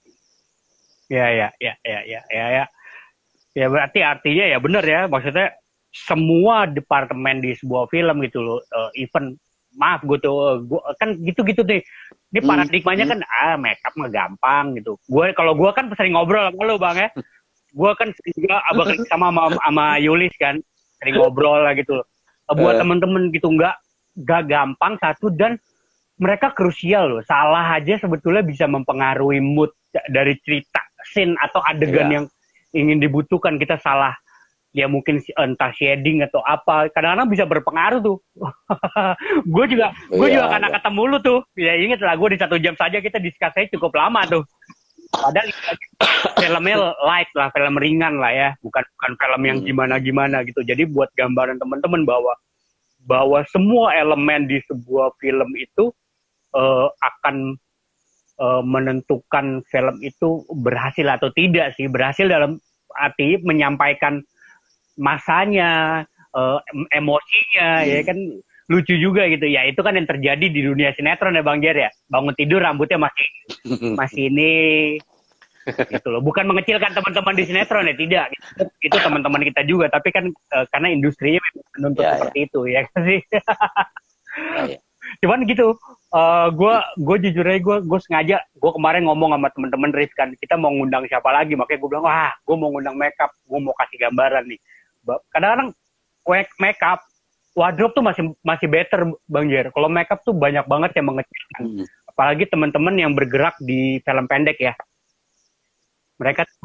ya, ya, ya, ya, ya, ya, ya. Ya berarti artinya ya benar ya, maksudnya semua departemen di sebuah film gitu loh, even maaf gue kan gitu-gitu deh. Ini paradigmanya kan make up mah gampang gitu. Kalau gue kan sering ngobrol sama lo Bang ya. Gue kan juga abang sama Yulis kan sering ngobrol lah gitu loh. Buat temen-temen gitu nggak gampang satu, dan mereka krusial loh. Salah aja sebetulnya bisa mempengaruhi mood dari cerita, scene atau adegan yang ingin dibutuhkan. Kita salah, ya mungkin entah shading atau apa, kadang-kadang bisa berpengaruh tuh. gue juga karena ketemu lu tuh, ya inget lah, gue di 1 jam saja kita diskusinya cukup lama tuh. Padahal filmnya light lah, film ringan lah ya, bukan film yang gimana-gimana gitu. Jadi buat gambaran teman-teman bahwa semua elemen di sebuah film itu akan menentukan film itu berhasil atau tidak sih. Berhasil dalam arti menyampaikan masanya, emosinya, ya kan lucu juga gitu. Ya itu kan yang terjadi di dunia sinetron ya Bang Jer ya. Bangun tidur rambutnya masih ini gitu loh. Bukan mengecilkan teman-teman di sinetron ya, tidak. Itu teman-teman kita juga, tapi kan karena industrinya menuntut seperti itu ya kan sih. Cuman gitu, gue jujur aja gue sengaja, gue kemarin ngomong sama temen-temen Rif kan, kita mau ngundang siapa lagi, makanya gue bilang, wah gue mau ngundang makeup, gue mau kasih gambaran nih. Kadang-kadang makeup, wardrobe tuh masih better Bang Jer. Kalau makeup tuh banyak banget yang mengecilkan, apalagi teman-teman yang bergerak di film pendek ya. Mereka tuh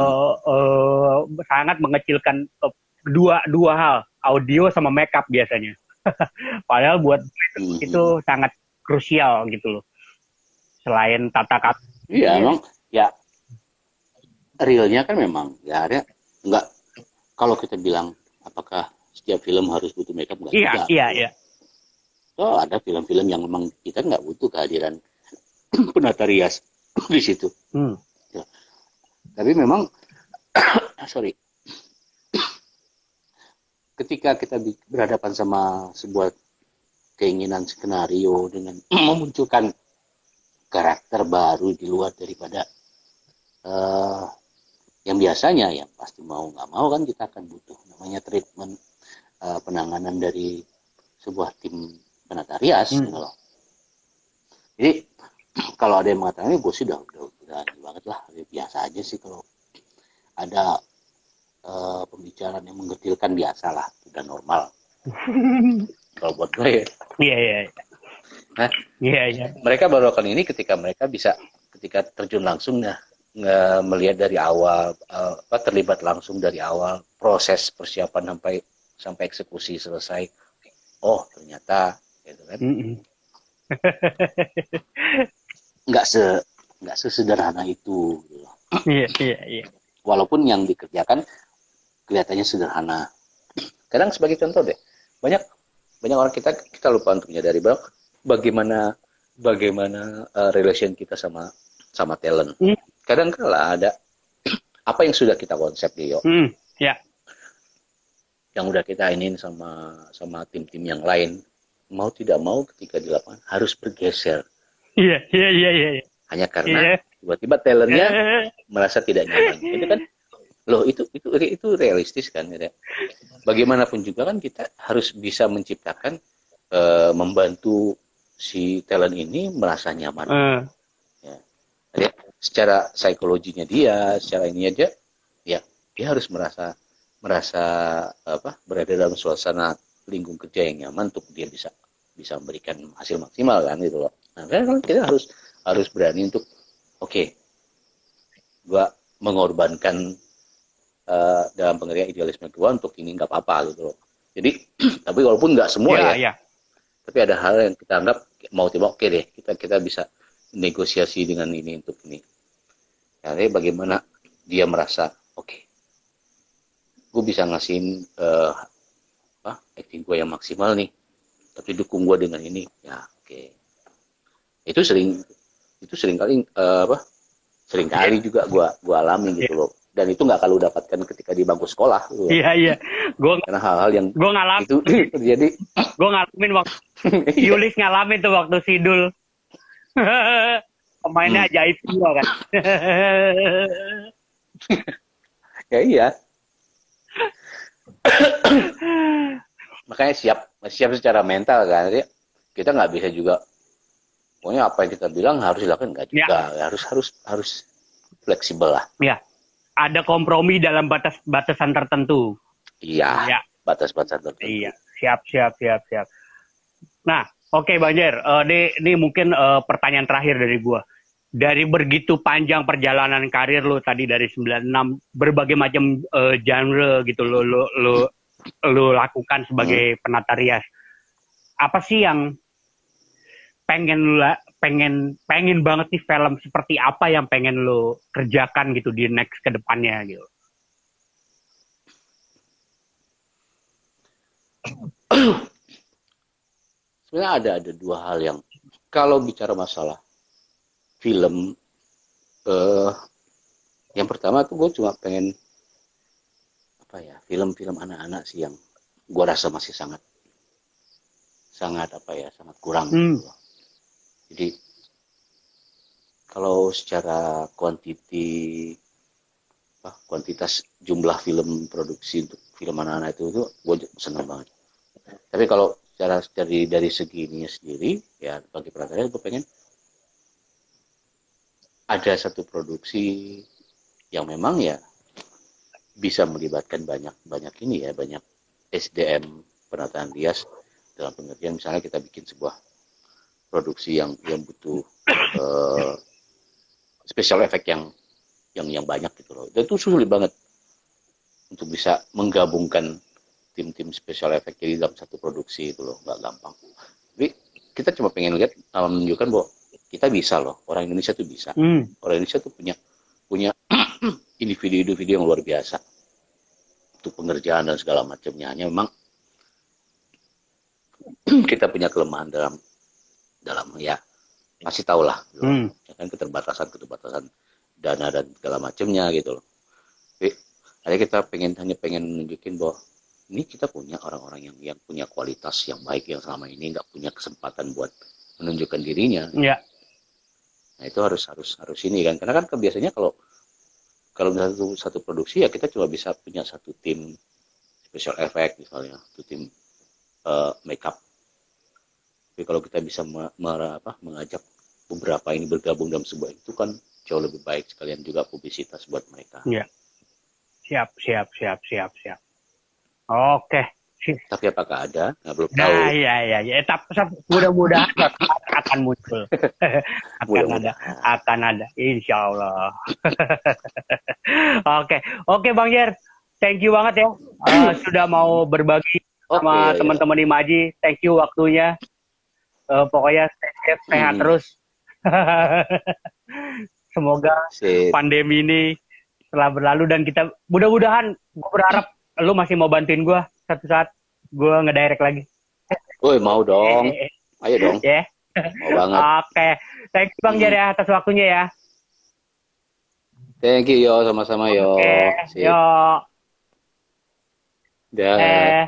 sangat mengecilkan dua hal, audio sama makeup biasanya. Padahal buat itu sangat krusial gitu loh. Selain tata kata. Iya, emang ya realnya kan memang ya ada enggak, kalau kita bilang apakah setiap film harus butuh makeup enggak? Iya, iya, iya. Oh, ada film-film yang memang kita nggak butuh kehadiran penata rias di situ. Ya. Tapi memang sorry, ketika kita berhadapan sama sebuah keinginan skenario dengan memunculkan karakter baru di luar daripada yang biasanya, yang pasti mau nggak mau kan kita akan butuh namanya treatment, penanganan dari sebuah tim penata rias gitu loh. Jadi kalau ada yang mengatakan gue sih udah banget lah, biasa aja sih kalau ada pembicaraan yang menggetilkan, biasa lah, udah normal. Kalau buat gue ya. Iya, iya. Nah, iya. Mereka baru akan ini ketika mereka bisa, ketika terjun langsung melihat dari awal, terlibat langsung dari awal proses persiapan sampai eksekusi selesai. Oh, ternyata gitu kan. Nggak sesederhana itu gitu. Iya. Walaupun yang dikerjakan kelihatannya sederhana. Kadang sebagai contoh deh, banyak orang kita lupa untuk menyadari bagaimana relation kita sama talent. Kadang kala ada apa yang sudah kita konsep Yo. Yang udah kita inin sama tim-tim yang lain, mau tidak mau ketika di lapangan harus bergeser. Iya. Hanya karena tiba-tiba talentnya merasa tidak nyaman. Itu kan, loh itu realistis kan ya. Bagaimanapun juga kan kita harus bisa menciptakan, membantu si talent ini merasa nyaman. Ya. Jadi, secara psikologinya dia, secara ini aja, ya dia harus merasa berada dalam suasana lingkung kerja yang nyaman untuk dia bisa memberikan hasil maksimal kan gitu loh. Nah, kan kita harus berani untuk oke, gua mengorbankan dalam pengertian idealisme gue untuk ini nggak apa-apa gitu loh. Jadi tapi walaupun nggak semua tapi ada hal yang kita anggap mau tiba oke deh, kita bisa negosiasi dengan ini untuk ini. Jadi bagaimana dia merasa oke, gue bisa ngasihin acting gue yang maksimal nih, tapi dukung gue dengan ini, ya oke. Itu sering kali juga gue alami gitu loh. Dan itu nggak kalau dapatkan ketika di bangku sekolah. Iya. Karena hal-hal yang gue ngalamin itu terjadi. Gue ngalamin waktu Yulis ngalamin tuh waktu Sidul. Pemainnya ajaib juga kan. Ya iya. Makanya siap secara mental kan. Jadi kita nggak bisa juga. Pokoknya apa yang kita bilang harus dilakukan nggak juga. Ya. Harus fleksibel lah. Iya. Ada kompromi dalam batasan tertentu. Iya. Ya. Batas-batas tertentu. Iya. Siap. Nah, oke Bang Jer. Ini mungkin pertanyaan terakhir dari gua. Dari begitu panjang perjalanan karir lo tadi dari 96 berbagai macam genre gitu lo lakukan sebagai penata rias. Apa sih yang pengen banget nih film seperti apa yang pengen lo kerjakan gitu di next ke depannya gitu? Sebenarnya ada dua hal yang kalau bicara masalah film, yang pertama tuh gue cuma pengen film-film anak-anak sih yang gue rasa masih sangat kurang. Gitu. Jadi kalau secara kuantitas jumlah film produksi untuk film anak-anak itu gue senang banget. Tapi kalau dari segi ininya sendiri, ya bagi penonton gue pengen ada satu produksi yang memang ya bisa melibatkan banyak SDM penataan rias dalam pengertian misalnya kita bikin sebuah produksi yang butuh special effect yang banyak gitu loh. Dan itu sulit banget untuk bisa menggabungkan tim special effect jadi dalam satu produksi itu loh, nggak gampang. Tapi kita cuma pengen lihat menunjukkan bahwa kita bisa loh, orang Indonesia tuh bisa. Orang Indonesia tuh punya individu-individu yang luar biasa untuk pengerjaan dan segala macamnya. Hanya memang kita punya kelemahan dalam ya masih tahu lah, gitu. Kan keterbatasan dana dan segala macamnya gitu loh. Tapi kita hanya pengen menunjukin bahwa ini kita punya orang-orang yang punya kualitas yang baik yang selama ini nggak punya kesempatan buat menunjukkan dirinya. Iya. Nah itu harus ini kan, karena kan biasanya kalau misalnya satu produksi ya kita cuma bisa punya satu tim special effect misalnya, satu tim makeup. Tapi kalau kita bisa mengajak beberapa ini bergabung dalam sebuah itu kan jauh lebih baik, sekalian juga publisitas buat mereka. Iya. Siap. Oke. Tapi apakah ada? Nggak belum tahu. Nah, iya. Tapi mudah-mudahan akan muncul. akan ada. Insya Allah. Oke, Bang Jer. Thank you banget ya. Sudah mau berbagi sama teman-teman Imaji. Thank you waktunya. Pokoknya sehat terus. Semoga pandemi ini telah berlalu dan kita mudah-mudahan gue berharap lu masih mau bantuin gue satu saat gue ngedirect lagi. Woi, mau dong. Ayo dong. Ya. Mau banget. Oke. Thank you Bang Jer ya atas waktunya ya. Thank you yo, sama-sama yo. Yo. Dah.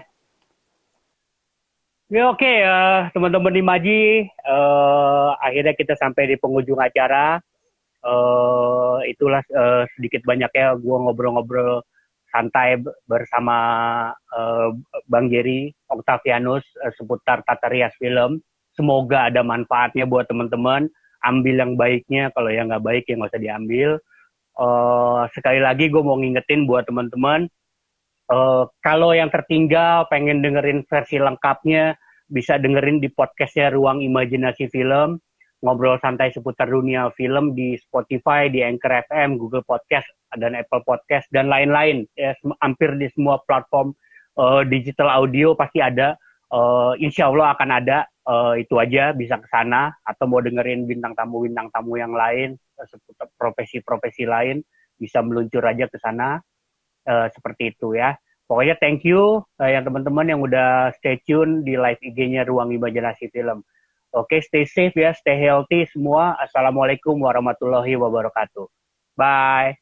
Oke, teman-teman Imaji, akhirnya kita sampai di penghujung acara. Itulah sedikit banyaknya gue ngobrol-ngobrol santai bersama Bang Jerry Octavianus seputar tata rias film. Semoga ada manfaatnya buat teman-teman. Ambil yang baiknya, kalau yang nggak baik ya nggak usah diambil. Sekali lagi gue mau ngingetin buat teman-teman, kalau yang tertinggal pengen dengerin versi lengkapnya, bisa dengerin di podcastnya Ruang Imajinasi Film, ngobrol santai seputar dunia film di Spotify, di Anchor FM, Google Podcast, dan Apple Podcast dan lain-lain. Ya, hampir di semua platform digital audio pasti ada. Insya Allah akan ada. Itu aja, bisa ke sana atau mau dengerin bintang tamu yang lain, seputar profesi-profesi lain, bisa meluncur aja ke sana. Seperti itu ya. Pokoknya thank you yang teman-teman yang udah stay tune di live IG-nya Ruang Imajinasi Film. Oke, stay safe ya, stay healthy semua. Assalamualaikum warahmatullahi wabarakatuh. Bye.